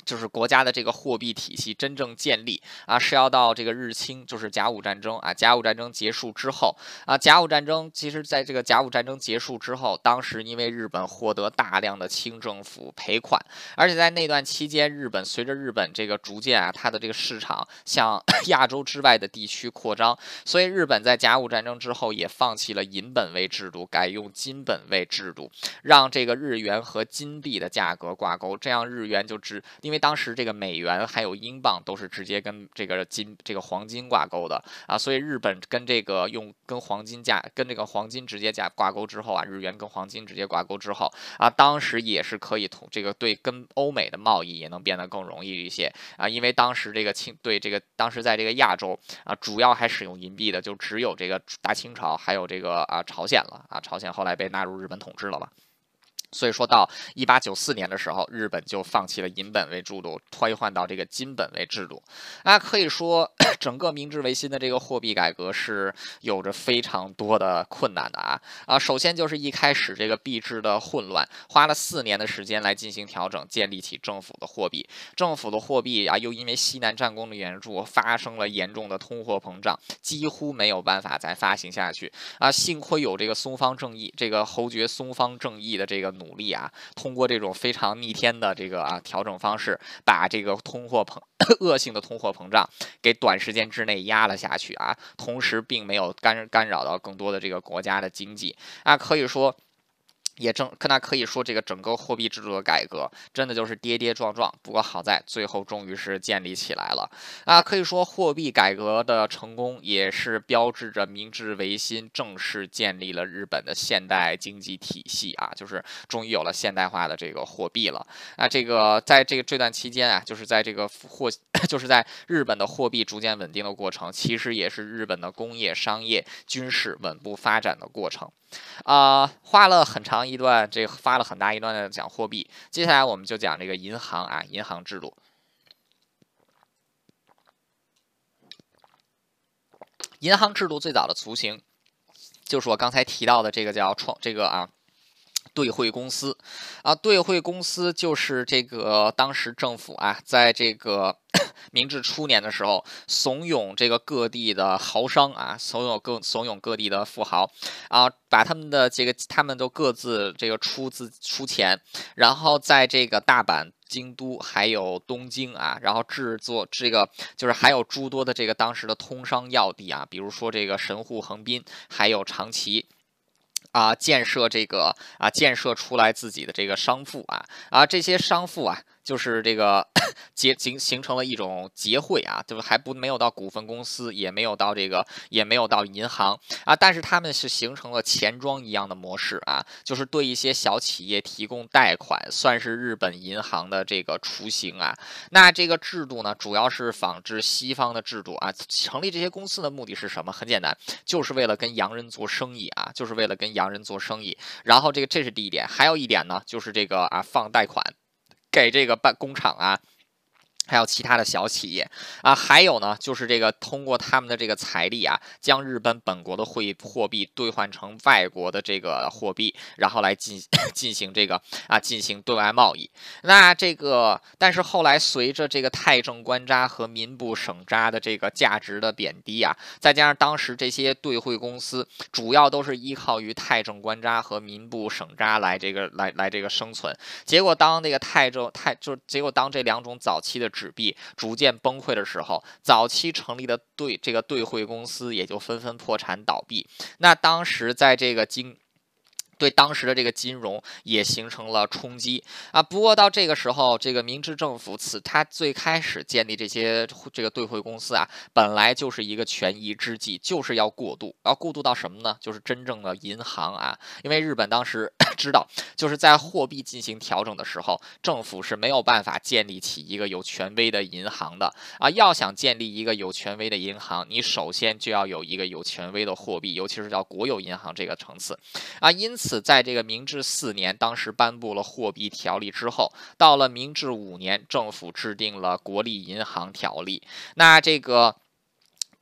就是国家的这个货币体系真正建立啊，是要到这个日清，就是甲午战争啊，甲午战争结束之后啊，甲午战争其实在这个甲午战争结束之后，当时因为日本获得大量的清政府赔款，而且在那段期间，日本随着日本这个逐渐啊，它的这个市场向亚洲之外的地区扩张，所以日本在甲午战争之后也放弃了银本位制度，改用金本位制度，让这个日元和金币的价格挂钩，这样日元就只因为当时这个美元还有英镑都是直接跟这个金这个黄金挂钩的啊，所以日本跟这个用跟黄金价跟这个黄金直接价挂钩之后啊，日元跟黄金直接挂钩之后啊，当时也是可以同这个对跟欧美的贸易也能变得更容易一些啊，因为当时这个清对这个当时在这个亚洲啊，主要还使用银币的就只有这个大清朝还有这个啊朝鲜了啊，朝鲜后来被纳入日本统治了嘛。所以说到一八九四年的时候，日本就放弃了银本位制度，推换到这个金本位制度。啊，可以说整个明治维新的这个货币改革是有着非常多的困难的啊啊！首先就是一开始这个币制的混乱，花了四年的时间来进行调整，建立起政府的货币。政府的货币啊，又因为西南战功的援助，发生了严重的通货膨胀，几乎没有办法再发行下去啊！幸亏有这个松方正义，这个侯爵松方正义的这个努力啊，通过这种非常逆天的这个啊调整方式，把这个通货膨恶性的通货膨胀给短时间之内压了下去啊，同时并没有干干扰到更多的这个国家的经济啊，可以说。也正，那可以说这个整个货币制度的改革真的就是跌跌撞撞，不过好在最后终于是建立起来了啊！可以说货币改革的成功也是标志着明治维新正式建立了日本的现代经济体系啊，就是终于有了现代化的这个货币了啊！这个在这个这段期间啊，就是在这个货，就是在日本的货币逐渐稳定的过程，其实也是日本的工业、商业、军事稳步发展的过程。啊、呃，花了很长一段，这个花了很大一段的讲货币。接下来我们就讲这个银行啊，银行制度。银行制度最早的雏形，就是我刚才提到的这个叫创这个啊。兑汇公司啊，兑汇公司就是这个当时政府啊，在这个明治初年的时候，怂恿这个各地的豪商啊，怂恿各怂恿各地的富豪啊，把他们的这个他们都各自这个出资出钱，然后在这个大阪。京都还有东京啊，然后制作这个就是还有诸多的这个当时的通商要地啊，比如说这个神户、横滨，还有长崎。啊，建设这个啊，建设出来自己的这个商埠啊啊，这些商埠啊，就是这个结形形成了一种结会啊，就是还不没有到股份公司，也没有到这个，也没有到银行啊，但是他们是形成了钱庄一样的模式啊，就是对一些小企业提供贷款，算是日本银行的这个雏形啊。那这个制度呢，主要是仿制西方的制度啊。成立这些公司的目的是什么？很简单，就是为了跟洋人做生意啊，就是为了跟洋人做生意。然后这个这是第一点，还有一点呢，就是这个啊放贷款给这个办工厂啊。还有其他的小企业啊，还有呢，就是这个通过他们的这个财力啊，将日本本国的汇货币兑换成外国的这个货币，然后来进进行这个啊进行对外贸易。那这个，但是后来随着这个太政官札和民部省札的这个价值的贬低啊，再加上当时这些兑汇公司主要都是依靠于太政官札和民部省札来这个来来这个生存。结果当这个太政太就结果当这两种早期的纸币逐渐崩溃的时候，早期成立的兑这个兑汇公司也就纷纷破产倒闭。那当时在这个经对当时的这个金融也形成了冲击啊。不过到这个时候，这个明治政府此他最开始建立这些这个兑汇公司啊，本来就是一个权宜之计，就是要过渡，要过渡到什么呢？就是真正的银行啊。因为日本当时知道，就是在货币进行调整的时候，政府是没有办法建立起一个有权威的银行的啊。要想建立一个有权威的银行，你首先就要有一个有权威的货币，尤其是叫国有银行这个层次啊。因此，在这个明治四年，当时颁布了货币条例之后，到了明治五年，政府制定了国立银行条例。那这个。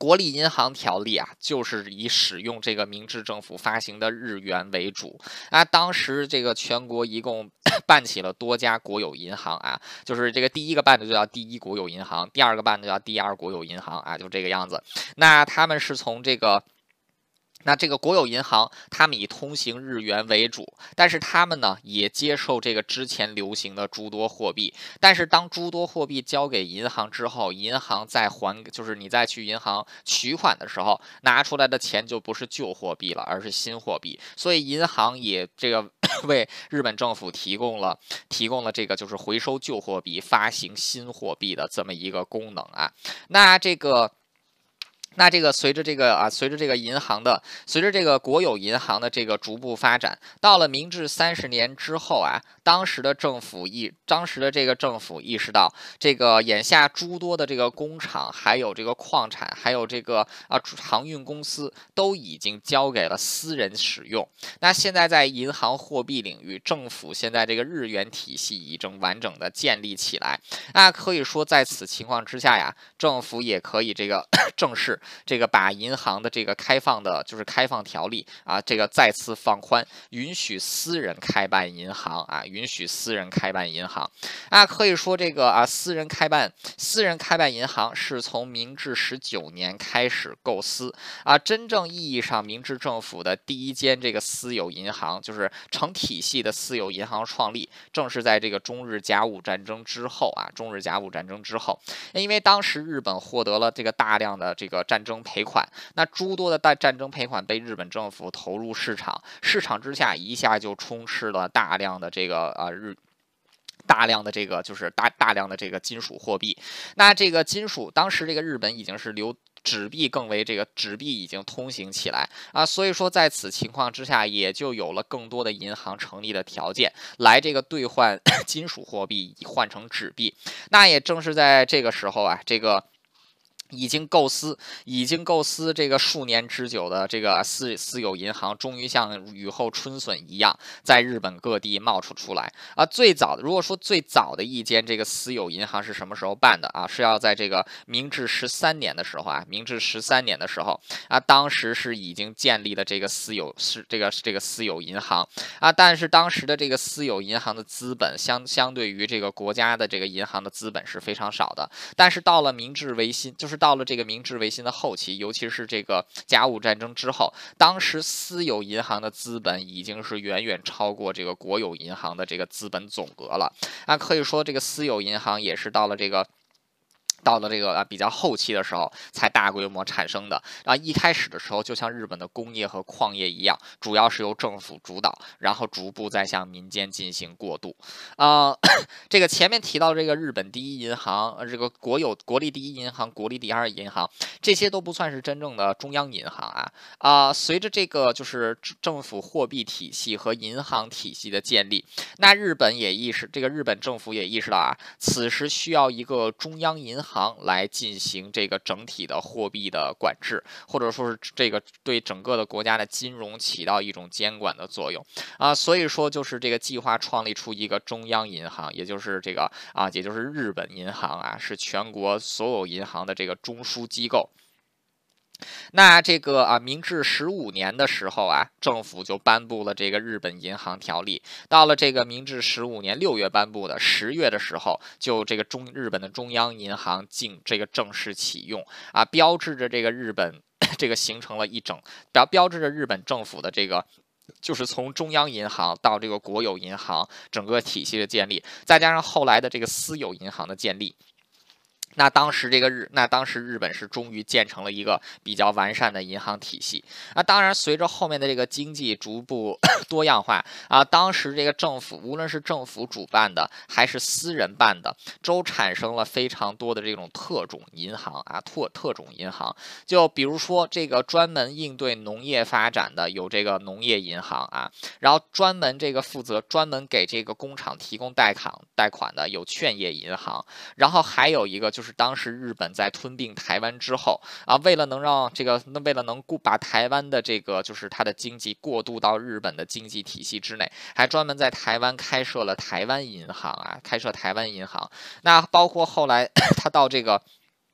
国立银行条例啊，就是以使用这个明治政府发行的日元为主啊。当时这个全国一共办起了多家国有银行啊，就是这个第一个办的就叫第一国有银行，第二个办的叫第二国有银行啊，就这个样子。那他们是从这个。那这个国有银行，他们以通行日元为主，但是他们呢也接受这个之前流行的诸多货币。但是当诸多货币交给银行之后，银行再还，就是你再去银行取款的时候，拿出来的钱就不是旧货币了，而是新货币。所以银行也这个为日本政府提供了提供了这个就是回收旧货币、发行新货币的这么一个功能啊。那这个。那这个随着这个啊，随着这个银行的，随着这个国有银行的这个逐步发展，到了明治三十年之后啊，当时的政府意，当时的这个政府意识到，这个眼下诸多的这个工厂，还有这个矿产，还有这个啊航运公司，都已经交给了私人使用。那现在在银行货币领域，政府现在这个日元体系已经完整的建立起来。那可以说，在此情况之下呀，政府也可以这个正式。这个把银行的这个开放的，就是开放条例啊，这个再次放宽，允许私人开办银行啊，允许私人开办银行啊，可以说这个啊，私人开办私人开办银行是从明治十九年开始构思啊，真正意义上，明治政府的第一间这个私有银行，就是成体系的私有银行创立，正是在这个中日甲午战争之后啊，中日甲午战争之后，因为当时日本获得了这个大量的这个战争赔款，那诸多的大战争赔款被日本政府投入市场，市场之下一下就充斥了大量的这个啊日。大量的这个就是大大量的这个金属货币，那这个金属当时这个日本已经是流纸币更为这个纸币已经通行起来啊，所以说在此情况之下，也就有了更多的银行成立的条件，来这个兑换金属货币换成纸币。那也正是在这个时候啊，这个。已经构思，已经构思这个数年之久的这个私私有银行，终于像雨后春笋一样，在日本各地冒出出来啊！最早的，如果说最早的一间这个私有银行是什么时候办的啊？是要在这个明治十三年的时候啊，明治十三年的时候啊，当时是已经建立了这个私有是这个这个私有银行啊，但是当时的这个私有银行的资本相相对于这个国家的这个银行的资本是非常少的，但是到了明治维新，就是到了这个明治维新的后期，尤其是这个甲午战争之后，当时私有银行的资本已经是远远超过这个国有银行的这个资本总额了啊，可以说这个私有银行也是到了这个。到了这个啊比较后期的时候，才大规模产生的啊。一开始的时候，就像日本的工业和矿业一样，主要是由政府主导，然后逐步再向民间进行过渡。啊、呃，这个前面提到这个日本第一银行，呃，这个国有国立第一银行、国立第二银行，这些都不算是真正的中央银行啊。啊、呃，随着这个就是政府货币体系和银行体系的建立，那日本也意识，这个日本政府也意识到啊，此时需要一个中央银行。行来进行这个整体的货币的管制，或者说是这个对整个的国家的金融起到一种监管的作用啊，所以说就是这个计划创立出一个中央银行，也就是这个啊，也就是日本银行啊，是全国所有银行的这个中枢机构。那这个啊，明治十五年的时候啊，政府就颁布了这个日本银行条例。到了这个明治十五年六月颁布的，十月的时候，就这个中日本的中央银行进这个正式启用啊，标志着这个日本这个形成了一整标标志着日本政府的这个。就是从中央银行到这个国有银行整个体系的建立，再加上后来的这个私有银行的建立。那当时这个日，那当时日本是终于建成了一个比较完善的银行体系。那当然，随着后面的这个经济逐步多样化啊，当时这个政府，无论是政府主办的还是私人办的，都产生了非常多的这种特种银行啊，特特种银行。就比如说这个专门应对农业发展的有这个农业银行啊，然后专门这个负责专门给这个工厂提供贷款贷款的有劝业银行，然后还有一个就。就是当时日本在吞并台湾之后啊，为了能让这个，为了能把台湾的这个就是它的经济过渡到日本的经济体系之内，还专门在台湾开设了台湾银行啊，开设台湾银行。那包括后来他到这个。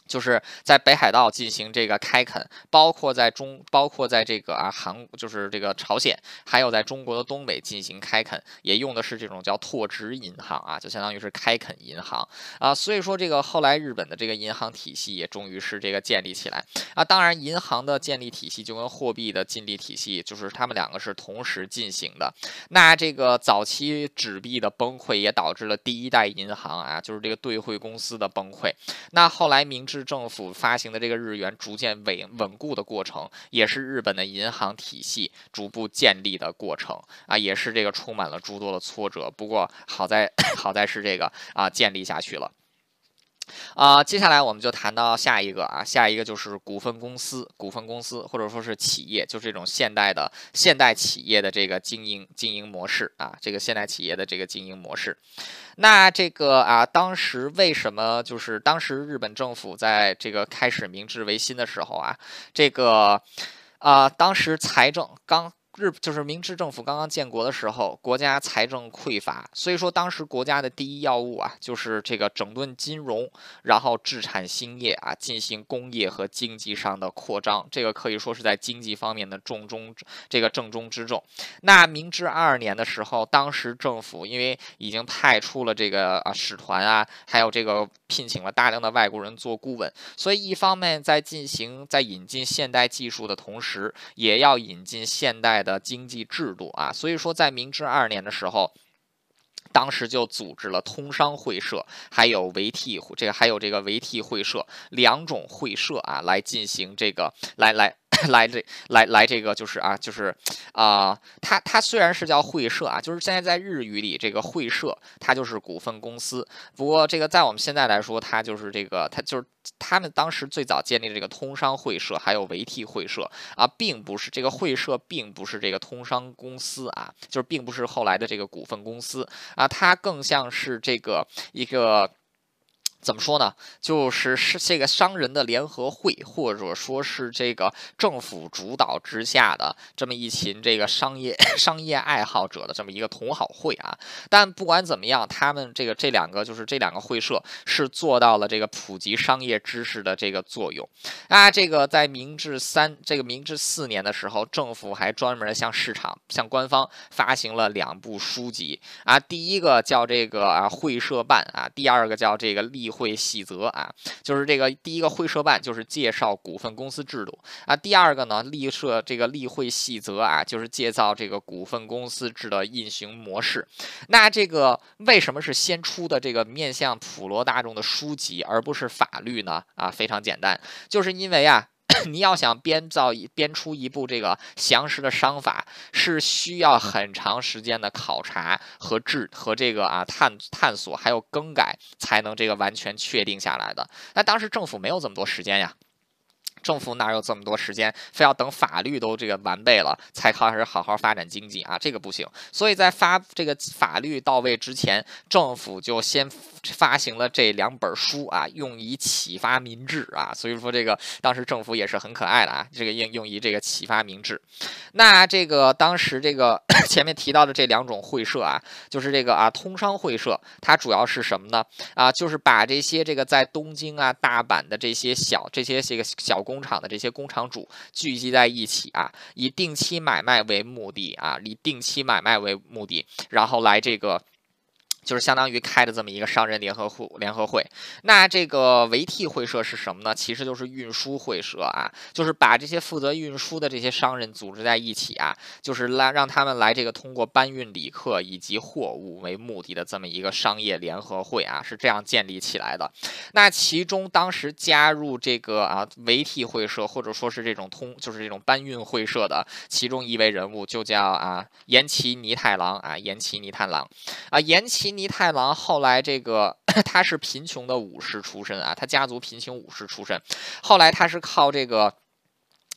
就是在北海道进行这个开垦，包括在中，包括在这个啊韩，就是这个朝鲜，还有在中国的东北进行开垦，也用的是这种叫拓殖银行啊，就相当于是开垦银行啊。所以说这个后来日本的这个银行体系也终于是这个建立起来啊。当然，银行的建立体系就跟货币的建立体系，就是他们两个是同时进行的。那这个早期纸币的崩溃也导致了第一代银行啊，就是这个兑汇公司的崩溃。那后来明治政府发行的这个日元逐渐稳稳固的过程，也是日本的银行体系逐步建立的过程啊，也是这个充满了诸多的挫折。不过好在好在是这个啊建立下去了。啊、呃，接下来我们就谈到下一个啊，下一个就是股份公司，股份公司或者说是企业，就这种现代的现代企业的这个经营经营模式啊，这个现代企业的这个经营模式。那这个啊，当时为什么就是当时日本政府在这个开始明治维新的时候啊，这个啊，当时财政刚。日就是明治政府刚刚建国的时候，国家财政匮乏，所以说当时国家的第一要务啊，就是这个整顿金融，然后制产兴业啊，进行工业和经济上的扩张，这个可以说是在经济方面的重中这个重中之重。那明治二年的时候，当时政府因为已经派出了这个啊使团啊，还有这个聘请了大量的外国人做顾问，所以一方面在进行在引进现代技术的同时，也要引进现代的经济制度啊，所以说在明治二年的时候。当时就组织了通商会社，还有维替这个还有这个维替会社两种会社啊，来进行这个来来。来这来来这个就是啊就是啊、呃，它它虽然是叫会社啊，就是现在在日语里这个会社它就是股份公司，不过这个在我们现在来说，它就是这个它就是他们当时最早建立这个通商会社还有维替会社啊，并不是这个会社并不是这个通商公司啊，就是并不是后来的这个股份公司啊，它更像是这个一个。怎么说呢？就是是这个商人的联合会，或者说是这个政府主导之下的这么一群这个商业商业爱好者的这么一个同好会啊。但不管怎么样，他们这个这两个就是这两个会社是做到了这个普及商业知识的这个作用啊。这个在明治三这个明治四年的时候，政府还专门向市场向官方发行了两部书籍啊。第一个叫这个啊会社办啊，第二个叫这个例会细则啊，就是这个第一个会社办就是介绍股份公司制度啊，第二个呢例社这个例会细则啊，就是介绍这个股份公司制的运行模式。那这个为什么是先出的这个面向普罗大众的书籍，而不是法律呢？啊，非常简单，就是因为啊。你要想编造编出一部这个详实的商法，是需要很长时间的考察和制和这个啊探探索，还有更改，才能这个完全确定下来的。那当时政府没有这么多时间呀。政府哪有这么多时间，非要等法律都这个完备了才开始好好发展经济啊？这个不行。所以在发这个法律到位之前，政府就先发行了这两本书啊，用以启发民智啊。所以说这个当时政府也是很可爱的啊，这个用用以这个启发民智。那这个当时这个前面提到的这两种会社啊，就是这个啊通商会社，它主要是什么呢？啊，就是把这些这个在东京啊、大阪的这些小这些这个小工厂的这些工厂主聚集在一起啊，以定期买卖为目的啊，以定期买卖为目的，然后来这个。就是相当于开的这么一个商人联合会联合会。那这个维替会社是什么呢？其实就是运输会社啊，就是把这些负责运输的这些商人组织在一起啊，就是来让他们来这个通过搬运旅客以及货物为目的的这么一个商业联合会啊，是这样建立起来的。那其中当时加入这个啊维替会社或者说是这种通就是这种搬运会社的其中一位人物就叫啊岩崎弥太郎啊岩崎弥太郎啊岩崎弥太郎后来这个他是贫穷的武士出身啊，他家族贫穷武士出身，后来他是靠这个。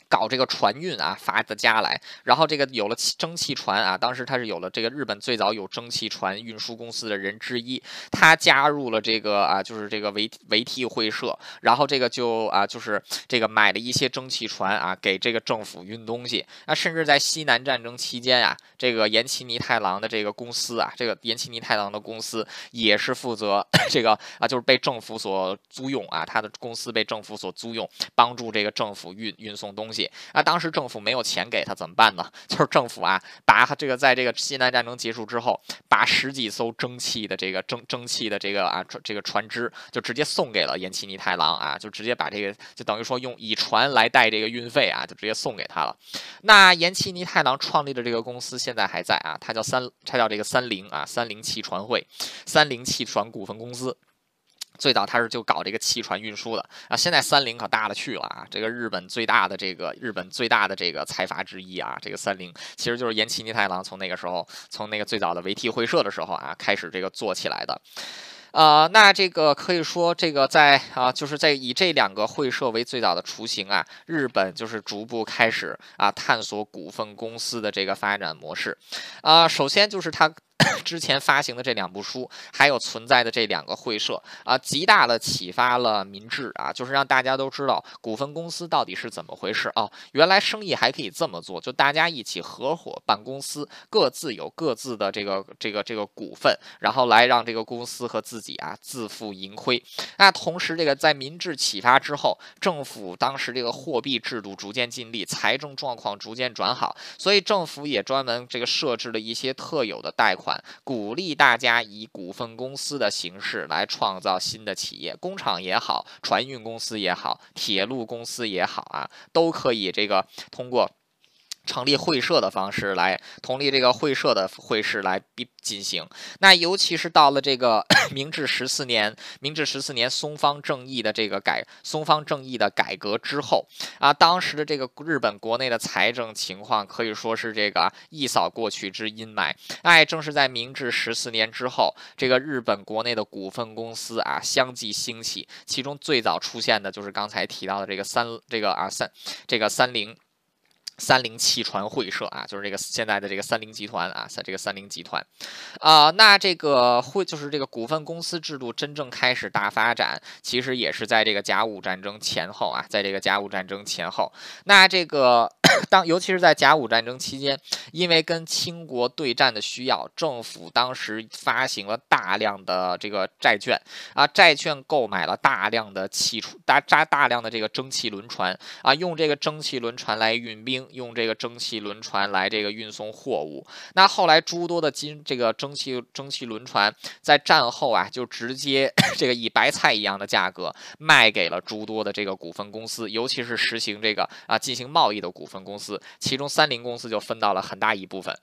搞这个船运啊，发的家来，然后这个有了蒸汽船啊，当时他是有了这个日本最早有蒸汽船运输公司的人之一，他加入了这个啊，就是这个维维替会社，然后这个就啊，就是这个买了一些蒸汽船啊，给这个政府运东西。那甚至在西南战争期间啊，这个岩崎尼太郎的这个公司啊，这个岩崎尼太郎的公司也是负责这个啊，就是被政府所租用啊，他的公司被政府所租用，帮助这个政府运运送东西。啊，当时政府没有钱给他怎么办呢？就是政府啊，把这个在这个西南战争结束之后，把十几艘蒸汽的这个蒸蒸汽的这个啊这个船只就直接送给了岩崎尼太郎啊，就直接把这个就等于说用以船来代这个运费啊，就直接送给他了。那岩崎尼太郎创立的这个公司现在还在啊，它叫三，它叫这个三菱啊，三菱汽船会，三菱汽船股份公司。最早他是就搞这个汽船运输的啊，现在三菱可大了去了啊！这个日本最大的这个日本最大的这个财阀之一啊，这个三菱其实就是岩崎尼太郎从那个时候，从那个最早的维替会社的时候啊开始这个做起来的。呃，那这个可以说，这个在啊，就是在以这两个会社为最早的雏形啊，日本就是逐步开始啊探索股份公司的这个发展模式。啊，首先就是它之前发行的这两部书，还有存在的这两个会社啊，极大的启发了民智啊，就是让大家都知道股份公司到底是怎么回事哦。原来生意还可以这么做，就大家一起合伙办公司，各自有各自的这个这个这个股份，然后来让这个公司和自己啊自负盈亏。那同时，这个在民智启发之后，政府当时这个货币制度逐渐尽力，财政状况逐渐转好，所以政府也专门这个设置了一些特有的贷款。鼓励大家以股份公司的形式来创造新的企业，工厂也好，船运公司也好，铁路公司也好啊，都可以这个通过成立会社的方式来同立这个会社的会试来进行。那尤其是到了这个明治十四年，明治十四年松方正义的这个改松方正义的改革之后啊，当时的这个日本国内的财政情况可以说是这个一扫过去之阴霾。哎，正是在明治十四年之后，这个日本国内的股份公司啊相继兴起，其中最早出现的就是刚才提到的这个三这个啊三这个三菱。三菱汽船会社啊，就是这个现在的这个三菱集团啊，在这个三菱集团，啊、呃，那这个会就是这个股份公司制度真正开始大发展，其实也是在这个甲午战争前后啊，在这个甲午战争前后，那这个当尤其是在甲午战争期间，因为跟清国对战的需要，政府当时发行了大量的这个债券啊，债券购买了大量的汽大大大量的这个蒸汽轮船啊，用这个蒸汽轮船来运兵。用这个蒸汽轮船来这个运送货物，那后来诸多的金这个蒸汽蒸汽轮船在战后啊，就直接这个以白菜一样的价格卖给了诸多的这个股份公司，尤其是实行这个啊进行贸易的股份公司，其中三菱公司就分到了很大一部分。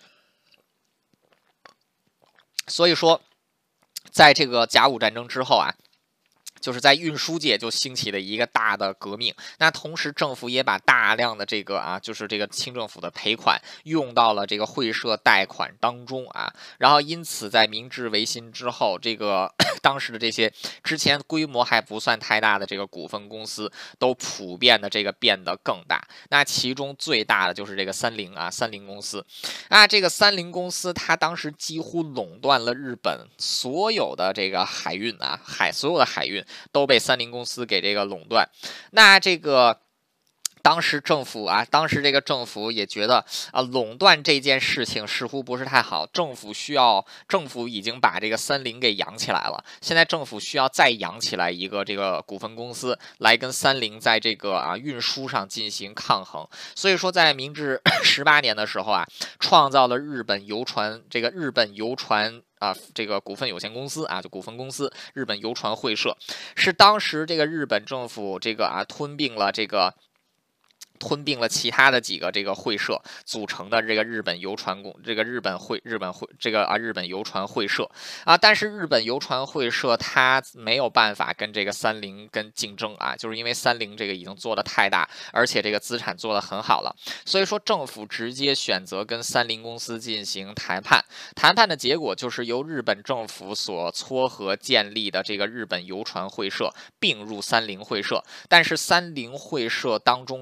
所以说，在这个甲午战争之后啊。就是在运输界就兴起的一个大的革命，那同时政府也把大量的这个啊，就是这个清政府的赔款用到了这个会社贷款当中啊，然后因此在明治维新之后，这个当时的这些之前规模还不算太大的这个股份公司，都普遍的这个变得更大。那其中最大的就是这个三菱啊，三菱公司啊，这个三菱公司它当时几乎垄断了日本所有的这个海运啊，海所有的海运。都被三菱公司给这个垄断，那这个当时政府啊，当时这个政府也觉得啊，垄断这件事情似乎不是太好，政府需要，政府已经把这个三菱给养起来了，现在政府需要再养起来一个这个股份公司，来跟三菱在这个啊运输上进行抗衡。所以说，在明治十八年的时候啊，创造了日本游船这个日本游船。啊，这个股份有限公司啊，就股份公司，日本游船会社，是当时这个日本政府这个啊吞并了这个。吞并了其他的几个这个会社组成的这个日本游船公，这个日本会日本会这个啊日本游船会社啊，但是日本游船会社它没有办法跟这个三菱跟竞争啊，就是因为三菱这个已经做得太大，而且这个资产做得很好了，所以说政府直接选择跟三菱公司进行谈判，谈判的结果就是由日本政府所撮合建立的这个日本游船会社并入三菱会社，但是三菱会社当中的一部。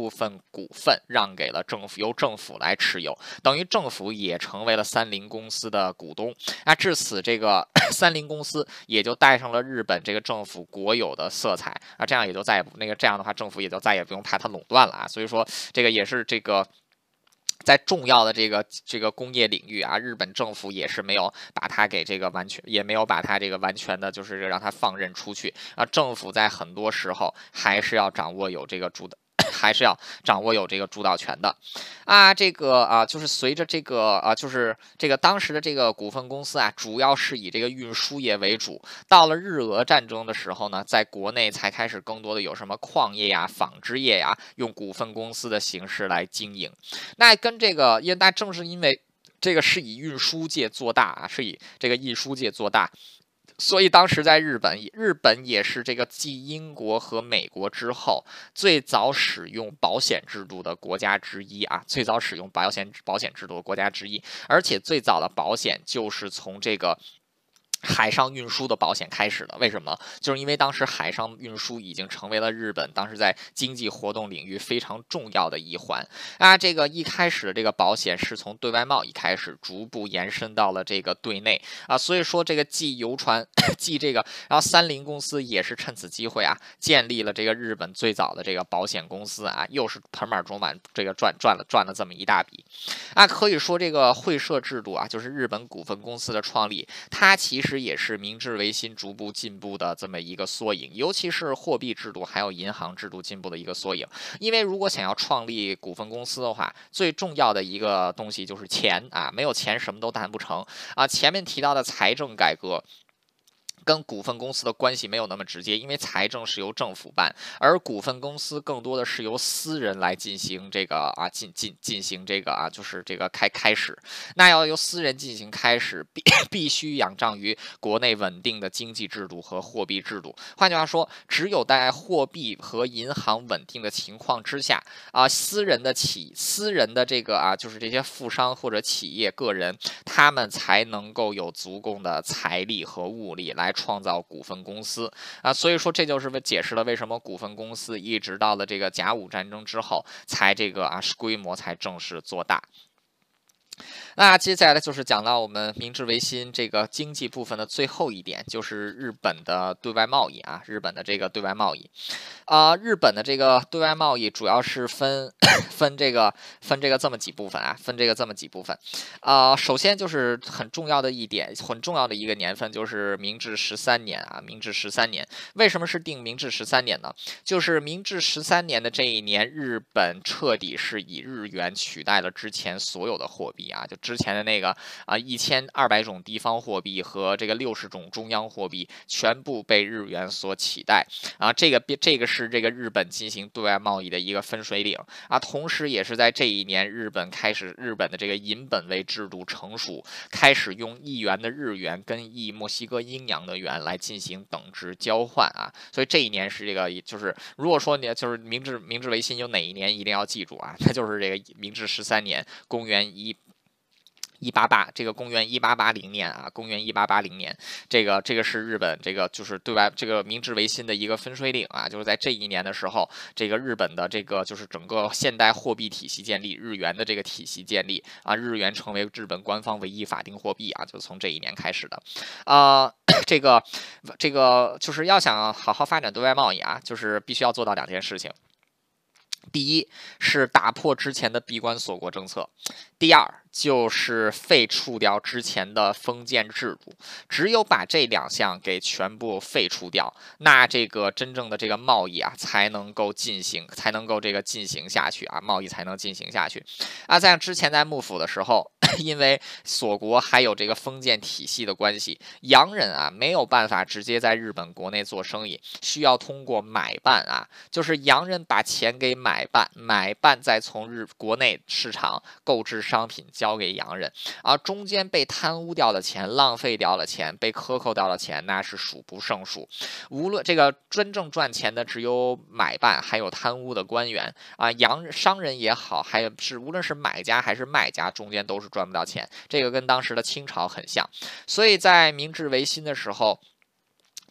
部分股份让给了政府，由政府来持有，等于政府也成为了三菱公司的股东。那至此，这个三菱公司也就带上了日本这个政府国有的色彩啊，这样也就再也不那个这样的话，政府也就再也不用怕它垄断了啊。所以说，这个也是这个。在重要的这个这个工业领域啊，日本政府也是没有把它给这个完全，也没有把它这个完全的，就是让它放任出去啊。政府在很多时候还是要掌握有这个主的。还是要掌握有这个主导权的，啊，这个啊，就是随着这个啊，就是这个当时的这个股份公司啊，主要是以这个运输业为主。到了日俄战争的时候呢，在国内才开始更多的有什么矿业呀、纺织业呀，用股份公司的形式来经营。那跟这个，因为那正是因为这个是以运输界做大啊，是以这个运输界做大。所以当时在日本，日本也是这个继英国和美国之后最早使用保险制度的国家之一啊，最早使用保险保险制度的国家之一，而且最早的保险就是从这个。海上运输的保险开始的，为什么？就是因为当时海上运输已经成为了日本当时在经济活动领域非常重要的一环啊。这个一开始的这个保险是从对外贸易开始，逐步延伸到了这个对内啊。所以说，这个继游船，继这个，然后三菱公司也是趁此机会啊，建立了这个日本最早的这个保险公司啊，又是盆满钵满，这个赚赚了赚了这么一大笔啊。可以说，这个会社制度啊，就是日本股份公司的创立，它其实。也是明治维新逐步进步的这么一个缩影，尤其是货币制度还有银行制度进步的一个缩影。因为如果想要创立股份公司的话，最重要的一个东西就是钱啊，没有钱什么都谈不成啊。前面提到的财政改革。跟股份公司的关系没有那么直接，因为财政是由政府办，而股份公司更多的是由私人来进行这个啊进进进行这个啊就是这个开开始，那要由私人进行开始，必必须仰仗于国内稳定的经济制度和货币制度。换句话说，只有在货币和银行稳定的情况之下啊，私人的企私人的这个啊就是这些富商或者企业个人，他们才能够有足够的财力和物力来。创造股份公司啊，所以说这就是解释了为什么股份公司一直到了这个甲午战争之后，才这个啊规模才正式做大。那接下来就是讲到我们明治维新这个经济部分的最后一点，就是日本的对外贸易啊，日本的这个对外贸易，啊、呃，日本的这个对外贸易主要是分分这个分这个这么几部分啊，分这个这么几部分，啊、呃，首先就是很重要的一点，很重要的一个年份就是明治十三年啊，明治十三年，为什么是定明治十三年呢？就是明治十三年的这一年，日本彻底是以日元取代了之前所有的货币啊，就。之前的那个啊一千二百种地方货币和这个六十种中央货币全部被日元所取代啊，这个这个是这个日本进行对外贸易的一个分水岭啊，同时也是在这一年，日本开始日本的这个银本位制度成熟，开始用一元的日元跟一墨西哥英洋的元来进行等值交换啊，所以这一年是这个就是如果说你就是明治明治维新有哪一年一定要记住啊，那就是这个明治十三年，公元一。一八八，这个公元一八八零年啊，公元一八八零年，这个这个是日本这个就是对外这个明治维新的一个分水岭啊，就是在这一年的时候，这个日本的这个就是整个现代货币体系建立，日元的这个体系建立啊，日元成为日本官方唯一法定货币啊，就从这一年开始的，啊、呃，这个这个就是要想好好发展对外贸易啊，就是必须要做到两件事情。第一是打破之前的闭关锁国政策，第二就是废除掉之前的封建制度。只有把这两项给全部废除掉，那这个真正的这个贸易啊才能够进行，才能够这个进行下去啊，贸易才能进行下去啊。在之前在幕府的时候，因为锁国还有这个封建体系的关系，洋人啊没有办法直接在日本国内做生意，需要通过买办啊，就是洋人把钱给买。买办，买办再从日国内市场购置商品交给洋人，而中间被贪污掉的钱、浪费掉的钱、被克扣掉的钱，那是数不胜数。无论这个真正赚钱的只有买办，还有贪污的官员啊，洋商人也好，还有是无论是买家还是卖家，中间都是赚不到钱。这个跟当时的清朝很像，所以在明治维新的时候。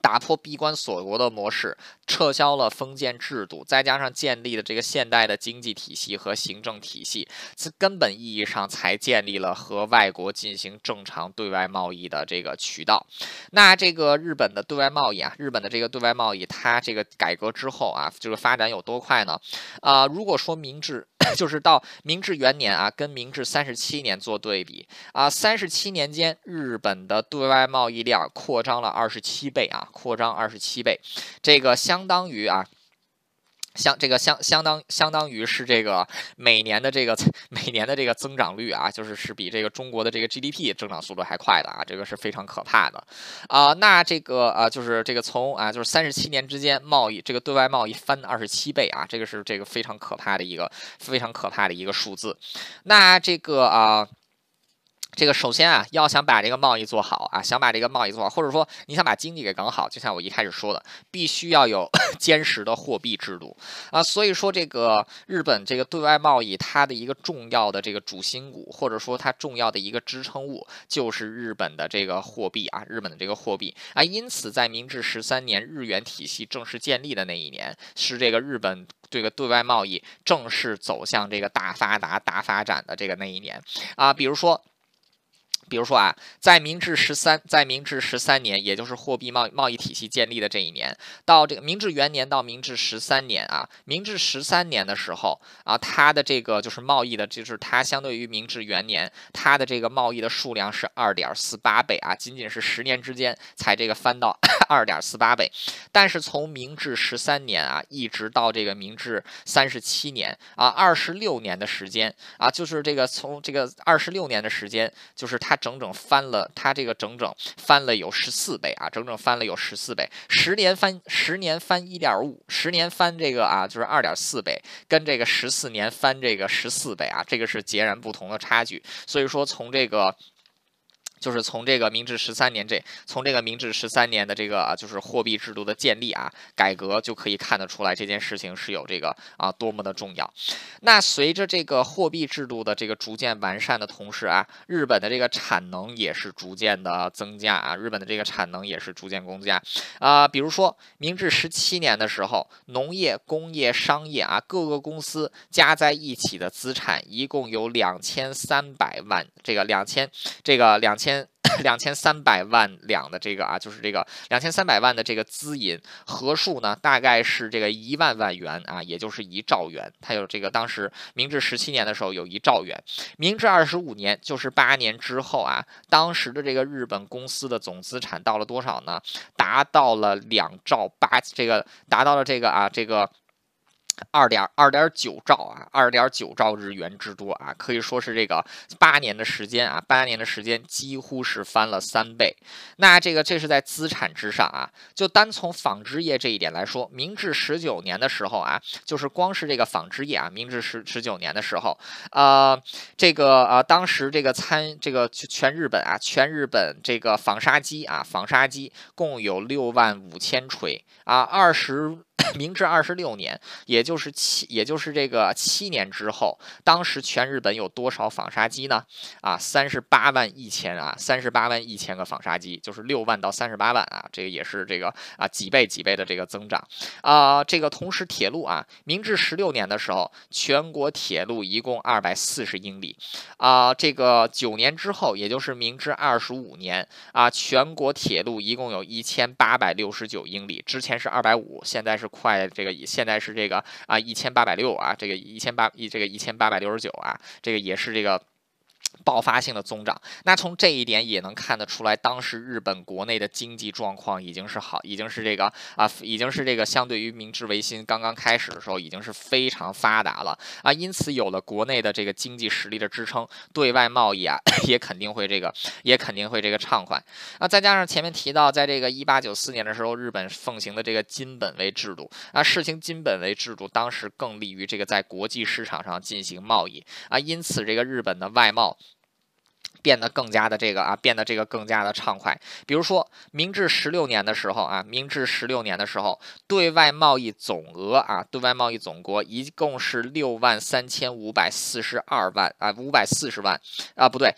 打破闭关锁国的模式，撤销了封建制度，再加上建立了这个现代的经济体系和行政体系，自根本意义上才建立了和外国进行正常对外贸易的这个渠道。那这个日本的对外贸易啊，日本的这个对外贸易，它这个改革之后啊，这个发展有多快呢？啊、呃，如果说明治就是到明治元年啊，跟明治三十七年做对比啊，三十七年间，日本的对外贸易量扩张了二十七倍啊，扩张二十七倍，这个相当于啊。相这个相相当相当于是这个每年的这个每年的这个增长率啊，就是是比这个中国的这个 G D P 增长速度还快的啊，这个是非常可怕的啊、呃。那这个啊、呃，就是这个从啊，就是三十七年之间贸易这个对外贸易翻二十七倍啊，这个是这个非常可怕的一个非常可怕的一个数字。那这个啊。呃这个首先啊，要想把这个贸易做好啊，想把这个贸易做好，或者说你想把经济给搞好，就像我一开始说的，必须要有坚实的货币制度啊。所以说，这个日本这个对外贸易它的一个重要的这个主心骨，或者说它重要的一个支撑物，就是日本的这个货币啊，日本的这个货币啊。因此，在明治十三年日元体系正式建立的那一年，是这个日本这个对外贸易正式走向这个大发达、大发展的这个那一年啊。比如说。比如说啊，在明治十三，在明治十三年，也就是货币贸贸易体系建立的这一年，到这个明治元年到明治十三年啊，明治十三年的时候啊，它的这个就是贸易的，就是它相对于明治元年，它的这个贸易的数量是二点四八倍啊，仅仅是十年之间才这个翻到二点四八倍。但是从明治十三年啊，一直到这个明治三十七年啊，二十六年的时间啊，就是这个从这个二十六年的时间，就是它。整整翻了，它这个整整翻了有十四倍啊，整整翻了有十四倍，十年翻十年翻一点五，十年翻这个啊就是二点四倍，跟这个十四年翻这个十四倍啊，这个是截然不同的差距。所以说从这个。就是从这个明治十三年这，从这个明治十三年的这个啊，就是货币制度的建立啊，改革就可以看得出来这件事情是有这个啊多么的重要。那随着这个货币制度的这个逐渐完善的同时啊，日本的这个产能也是逐渐的增加啊，日本的这个产能也是逐渐增加啊。比如说明治十七年的时候，农业、工业、商业啊各个公司加在一起的资产一共有两千三百万，这个两千这个两千。两千三百万两的这个啊，就是这个两千三百万的这个资银合数呢，大概是这个一万万元啊，也就是一兆元。它有这个当时明治十七年的时候有一兆元，明治二十五年就是八年之后啊，当时的这个日本公司的总资产到了多少呢？达到了两兆八，这个达到了这个啊这个。二点二点九兆啊，二点九兆日元之多啊，可以说是这个八年的时间啊，八年的时间几乎是翻了三倍。那这个这是在资产之上啊，就单从纺织业这一点来说，明治十九年的时候啊，就是光是这个纺织业啊，明治十十九年的时候，呃，这个呃，当时这个参这个全日本啊，全日本这个纺纱机啊，纺纱机共有六万五千锤啊，二十。明治二十六年，也就是七，也就是这个七年之后，当时全日本有多少纺纱机呢？啊，三十八万一千啊，三十八万一千个纺纱机，就是六万到三十八万啊，这个也是这个啊几倍几倍的这个增长啊。这个同时铁路啊，明治十六年的时候，全国铁路一共二百四十英里啊。这个九年之后，也就是明治二十五年啊，全国铁路一共有一千八百六十九英里，之前是二百五，现在是。快这个现在是这个啊一千八百六啊，这个一千八一这个一千八百六十九啊，这个也是这个。爆发性的增长，那从这一点也能看得出来，当时日本国内的经济状况已经是好，已经是这个啊，已经是这个相对于明治维新刚刚开始的时候，已经是非常发达了啊，因此有了国内的这个经济实力的支撑，对外贸易啊也肯定会这个，也肯定会这个畅快啊。再加上前面提到，在这个一八九四年的时候，日本奉行的这个金本位制度啊，实行金本位制度，当时更利于这个在国际市场上进行贸易啊，因此这个日本的外贸。变得更加的这个啊，变得这个更加的畅快。比如说，明治十六年的时候啊，明治十六年的时候，对外贸易总额啊，对外贸易总额一共是六万三千五百四十二万啊，五百四十万啊，不对。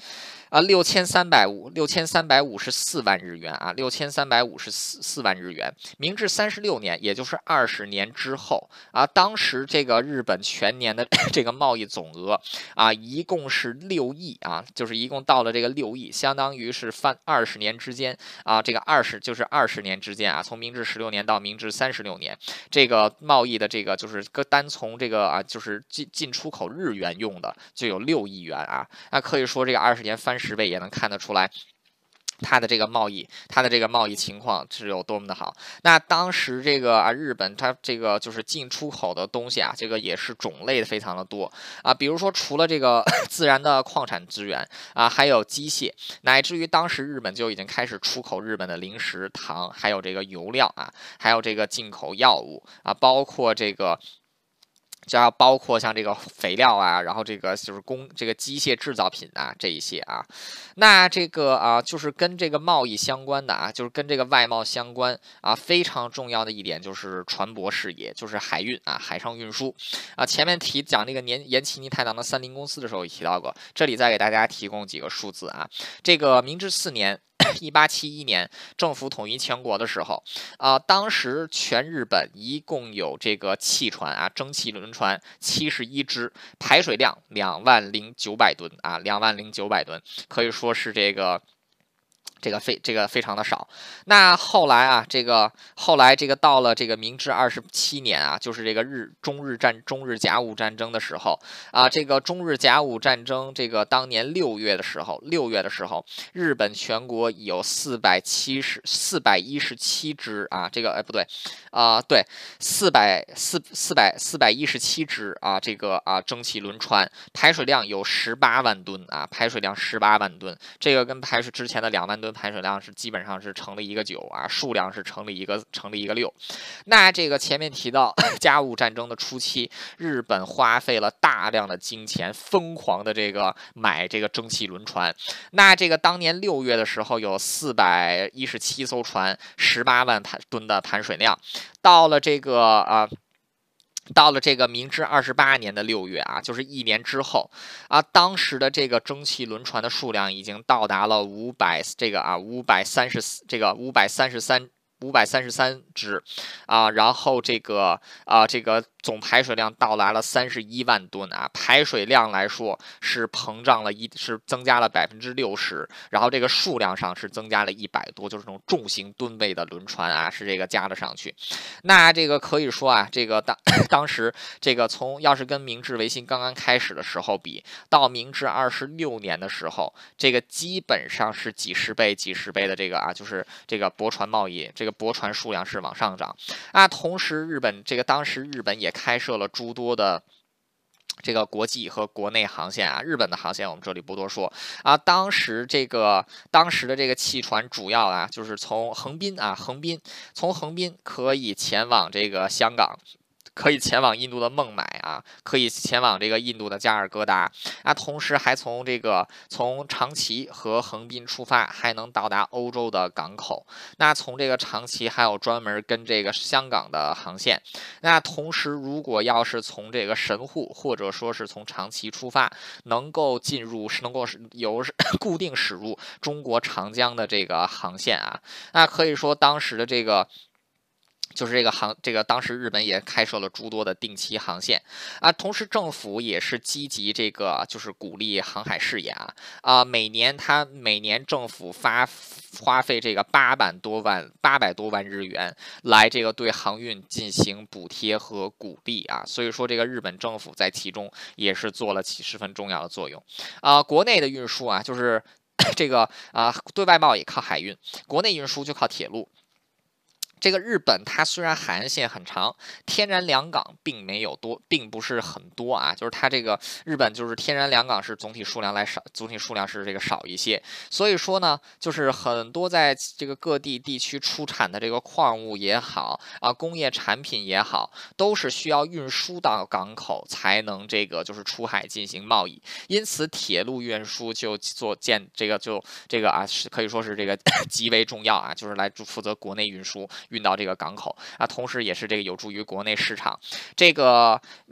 啊，六千三百五六千三百五十四万日元啊，六千三百五十四四万日元。明治三十六年，也就是二十年之后啊，当时这个日本全年的这个贸易总额啊，一共是六亿啊，就是一共到了这个六亿，相当于是翻二十年之间啊，这个二十就是二十年之间啊，从明治十六年到明治三十六年，这个贸易的这个就是单从这个啊，就是进进出口日元用的就有六亿元啊，那可以说这个二十年翻十倍也能看得出来。它的这个贸易，它的这个贸易情况是有多么的好。那当时这个啊，日本它这个就是进出口的东西啊，这个也是种类非常的多啊。比如说，除了这个自然的矿产资源啊，还有机械，乃至于当时日本就已经开始出口日本的零食、糖，还有这个油料啊，还有这个进口药物啊，包括这个。就要包括像这个肥料啊，然后这个就是工这个机械制造品啊这一些啊，那这个啊就是跟这个贸易相关的啊，就是跟这个外贸相关啊，非常重要的一点就是船舶事业，就是海运啊，海上运输啊。前面提讲这个年岩崎尼太郎的三菱公司的时候也提到过，这里再给大家提供几个数字啊，这个明治四年。一八七一年，政府统一全国的时候，啊、呃，当时全日本一共有这个汽船啊，蒸汽轮船七十一只，排水量两万零九百吨啊，两万零九百吨，可以说是这个。这个非这个非常的少。那后来啊，这个后来这个到了这个明治二十七年啊，就是这个日中日战中日甲午战争的时候啊，这个中日甲午战争这个当年六月的时候，六月的时候，日本全国有四百七十四百一十七只啊，这个哎不对啊，对，四百四四百四百一十七只啊，这个啊蒸汽轮船排水量有十八万吨啊，排水量十八万吨，这个跟排水之前的两万吨排水量是基本上是乘了一个九啊，数量是乘了一个乘了一个六。那这个前面提到甲午战争的初期，日本花费了大量的金钱，疯狂的这个买这个蒸汽轮船。那这个当年六月的时候，有四百一十七艘船，十八万吨的排水量。到了这个啊。呃到了这个明治二十八年的六月啊，就是一年之后啊，当时的这个蒸汽轮船的数量已经到达了五百这个啊五百三十四这个五百三十三。五百三十三只，啊，然后这个啊，这个总排水量到达了三十一万吨啊，排水量来说是膨胀了一，是增加了百分之六十，然后这个数量上是增加了一百多，就是这种重型吨位的轮船啊，是这个加了上去。那这个可以说啊，这个当当时这个从要是跟明治维新刚刚开始的时候比，到明治二十六年的时候，这个基本上是几十倍、几十倍的这个啊，就是这个驳船贸易，这个驳船数量是往上涨啊。同时，日本这个当时日本也开设了诸多的。这个国际和国内航线啊，日本的航线我们这里不多说啊。当时这个当时的这个汽船主要啊，就是从横滨啊，横滨从横滨可以前往这个香港。可以前往印度的孟买啊，可以前往这个印度的加尔各答啊，同时还从这个从长崎和横滨出发，还能到达欧洲的港口。那从这个长崎还有专门跟这个香港的航线。那同时，如果要是从这个神户或者说是从长崎出发，能够进入是能够由固定驶入中国长江的这个航线啊，那可以说当时的这个。就是这个航，这个当时日本也开设了诸多的定期航线啊，同时政府也是积极这个就是鼓励航海事业啊啊，每年它每年政府发花费这个八百多万八百多万日元来这个对航运进行补贴和鼓励啊，所以说这个日本政府在其中也是做了起十分重要的作用啊，国内的运输啊就是这个啊对外贸易靠海运，国内运输就靠铁路。这个日本它虽然海岸线很长，天然良港并没有多，并不是很多啊。就是它这个日本就是天然良港是总体数量来少，总体数量是这个少一些。所以说呢，就是很多在这个各地地区出产的这个矿物也好啊，工业产品也好，都是需要运输到港口才能这个就是出海进行贸易。因此，铁路运输就做建这个就这个啊，是可以说是这个极为重要啊，就是来负责国内运输。运到这个港口啊，同时也是这个有助于国内市场。这个啊。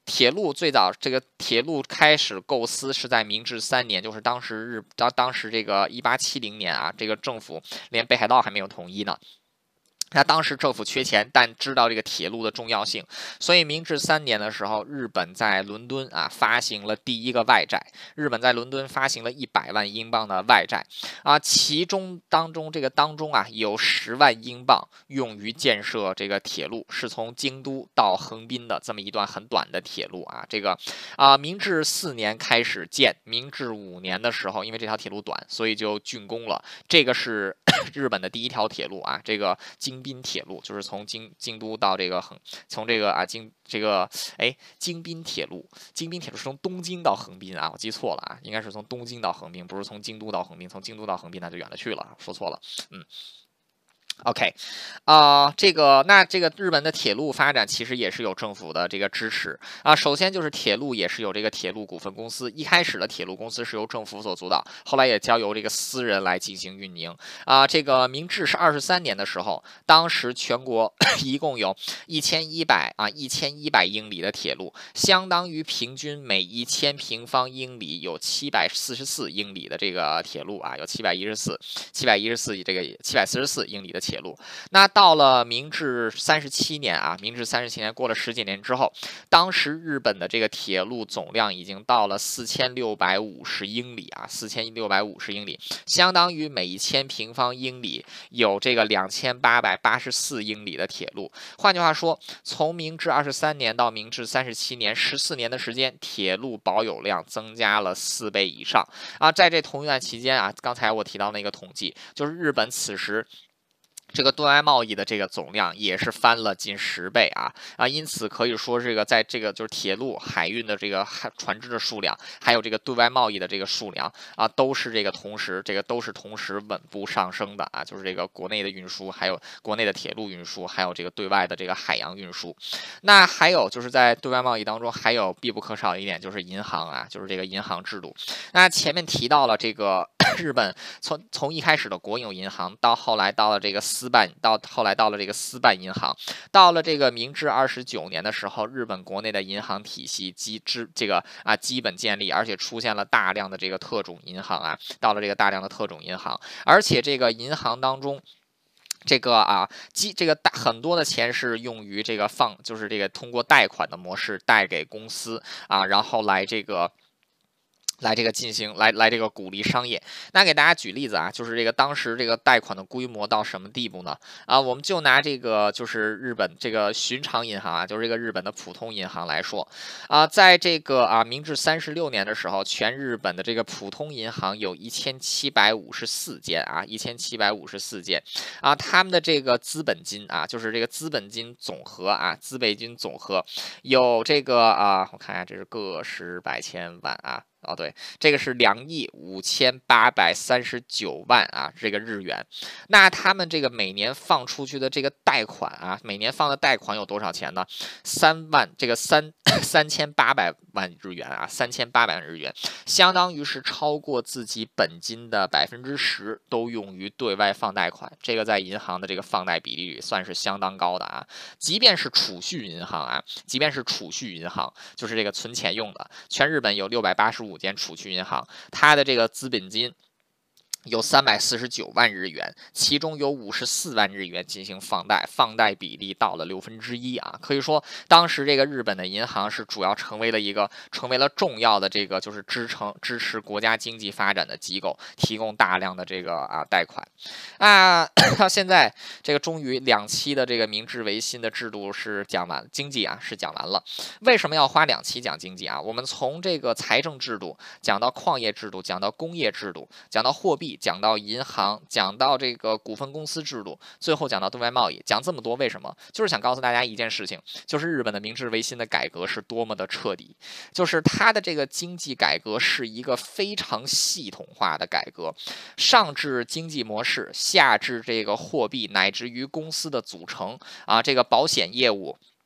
铁路最早这个铁路开始构思是在明治三年，就是当时日当当时这个一八七零年啊，这个政府连北海道还没有统一呢。那当时政府缺钱，但知道这个铁路的重要性，所以明治三年的时候，日本在伦敦啊发行了第一个外债。日本在伦敦发行了一百万英镑的外债啊，其中当中这个当中啊有十万英镑用于建设这个铁路，是从京都到横滨的这么一段很短的铁路啊。这个啊，明治四年开始建，明治五年的时候，因为这条铁路短，所以就竣工了。这个是日本的第一条铁路啊，这个京滨铁路就是从京京都到这个横，从这个啊京这个哎京滨铁路，京滨铁路是从东京到横滨啊，我记错了啊，应该是从东京到横滨，不是从京都到横滨，从京都到横滨那就远了去了，说错了，嗯。OK，啊、呃，这个那这个日本的铁路发展其实也是有政府的这个支持啊。首先就是铁路也是有这个铁路股份公司，一开始的铁路公司是由政府所主导，后来也交由这个私人来进行运营啊。这个明治是二十三年的时候，当时全国一共有一千一百啊一千一百英里的铁路，相当于平均每一千平方英里有七百四十四英里的这个铁路啊，有七百一十四七百一十四这个七百四十四英里的铁路。那到了明治三十七年啊，明治三十七年过了十几年之后，当时日本的这个铁路总量已经到了四千六百五十英里啊，四千六百五十英里，相当于每一千平方英里有这个两千八百八十四英里的铁路。换句话说，从明治二十三年到明治三十七年，十四年的时间，铁路保有量增加了四倍以上啊。在这同一段期间啊，刚才我提到那个统计，就是日本此时这个对外贸易的这个总量也是翻了近十倍啊啊，因此可以说这个在这个就是铁路海运的这个船只的数量，还有这个对外贸易的这个数量啊，都是这个同时这个都是同时稳步上升的啊，就是这个国内的运输，还有国内的铁路运输，还有这个对外的这个海洋运输。那还有就是在对外贸易当中，还有必不可少的一点就是银行啊，就是这个银行制度。那前面提到了这个日本从从一开始的国有银行，到后来到了这个私办，到后来到了这个私办银行，到了这个明治二十九年的时候，日本国内的银行体系基之这个啊基本建立，而且出现了大量的这个特种银行啊，到了这个大量的特种银行，而且这个银行当中。这个啊，基这个大很多的钱是用于这个放，就是这个通过贷款的模式贷给公司啊，然后来这个。来这个进行来来这个鼓励商业。那给大家举例子啊，就是这个当时这个贷款的规模到什么地步呢？啊，我们就拿这个就是日本这个寻常银行啊，就是这个日本的普通银行来说啊，在这个啊明治三十六年的时候，全日本的这个普通银行有一千七百五十四间啊，一千七百五十四间啊，他们的这个资本金啊，就是这个资本金总和啊，资本金总和有这个啊，我看一下，这是个十百千万啊。哦，对，这个是两亿五千八百三十九万啊，这个日元。那他们这个每年放出去的这个贷款啊，每年放的贷款有多少钱呢？三万，这个三三千八百万日元啊，三千八百万日元，相当于是超过自己本金的百分之十都用于对外放贷款。这个在银行的这个放贷比例里算是相当高的啊。即便是储蓄银行啊，即便是储蓄银行，就是这个存钱用的，全日本有六百八十五间储蓄银行，它的这个资本金有三百四十九万日元，其中有五十四万日元进行放贷，放贷比例到了六分之一啊。可以说，当时这个日本的银行是主要成为了一个成为了重要的这个就是支撑支持国家经济发展的机构，提供大量的这个啊贷款啊。到现在这个终于两期的这个明治维新的制度是讲完，经济啊是讲完了。为什么要花两期讲经济啊？我们从这个财政制度讲到矿业制度，讲到工业制度，讲到货币。讲到银行，讲到这个股份公司制度，最后讲到对外贸易，讲这么多为什么？就是想告诉大家一件事情，就是日本的明治维新的改革是多么的彻底，就是它的这个经济改革是一个非常系统化的改革，上至经济模式，下至这个货币，乃至于公司的组成啊，这个保险业务。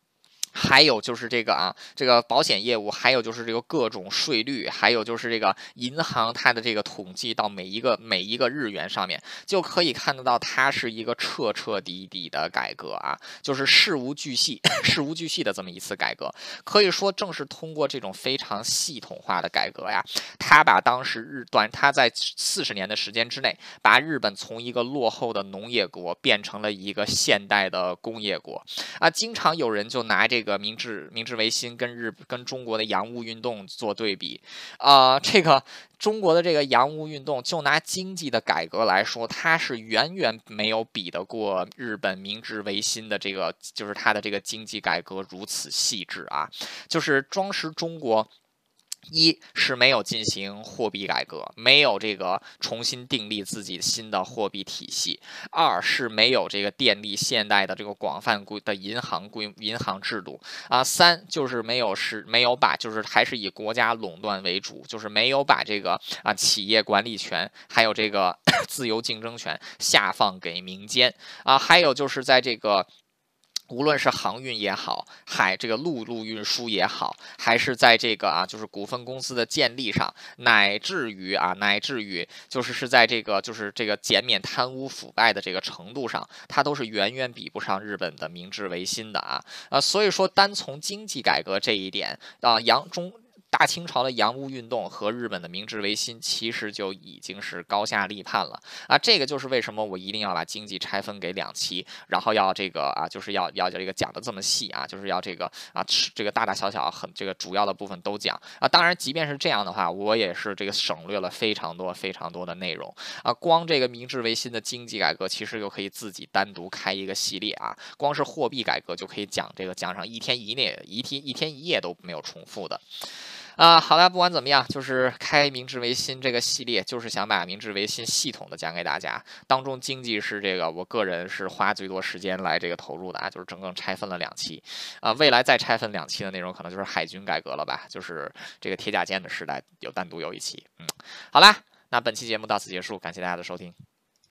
还有就是这个啊，这个保险业务，还有就是这个各种税率，还有就是这个银行它的这个统计到每一个每一个日元上面，就可以看得到它是一个彻彻底底的改革啊，就是事无巨细、事无巨细的这么一次改革。可以说，正是通过这种非常系统化的改革呀，它把当时日短，它在四十年的时间之内，把日本从一个落后的农业国变成了一个现代的工业国啊。经常有人就拿这个明治明治维新跟日跟中国的洋务运动做对比，啊、呃，这个中国的这个洋务运动，就拿经济的改革来说，它是远远没有比得过日本明治维新的这个，就是它的这个经济改革如此细致啊，就是当时中国。一是没有进行货币改革，没有这个重新订立自己新的货币体系；二是没有这个建立现代的这个广泛规的银行规银行制度啊；三就是没有是没有把就是还是以国家垄断为主，就是没有把这个啊企业管理权还有这个自由竞争权下放给民间啊，还有就是在这个。无论是航运也好，海这个陆路运输也好，还是在这个啊，就是股份公司的建立上，乃至于啊，乃至于就是是在这个就是这个减免贪污腐败的这个程度上，它都是远远比不上日本的明治维新的啊啊，所以说单从经济改革这一点啊，洋中。大清朝的洋务运动和日本的明治维新其实就已经是高下立判了啊！这个就是为什么我一定要把经济拆分给两期，然后要这个啊，就是要要这个讲的这么细啊，就是要这个啊，这个大大小小很这个主要的部分都讲啊。当然，即便是这样的话，我也是这个省略了非常多非常多的内容啊。光这个明治维新的经济改革，其实就可以自己单独开一个系列啊。光是货币改革就可以讲这个讲上一天一夜一天一天一夜都没有重复的。啊，好了，不管怎么样，就是开明治维新这个系列，就是想把明治维新系统的讲给大家。当中经济是这个，我个人是花最多时间来这个投入的啊，就是整整拆分了两期。啊，未来再拆分两期的内容，可能就是海军改革了吧，就是这个铁甲舰的时代有单独有一期。嗯，好啦，那本期节目到此结束，感谢大家的收听。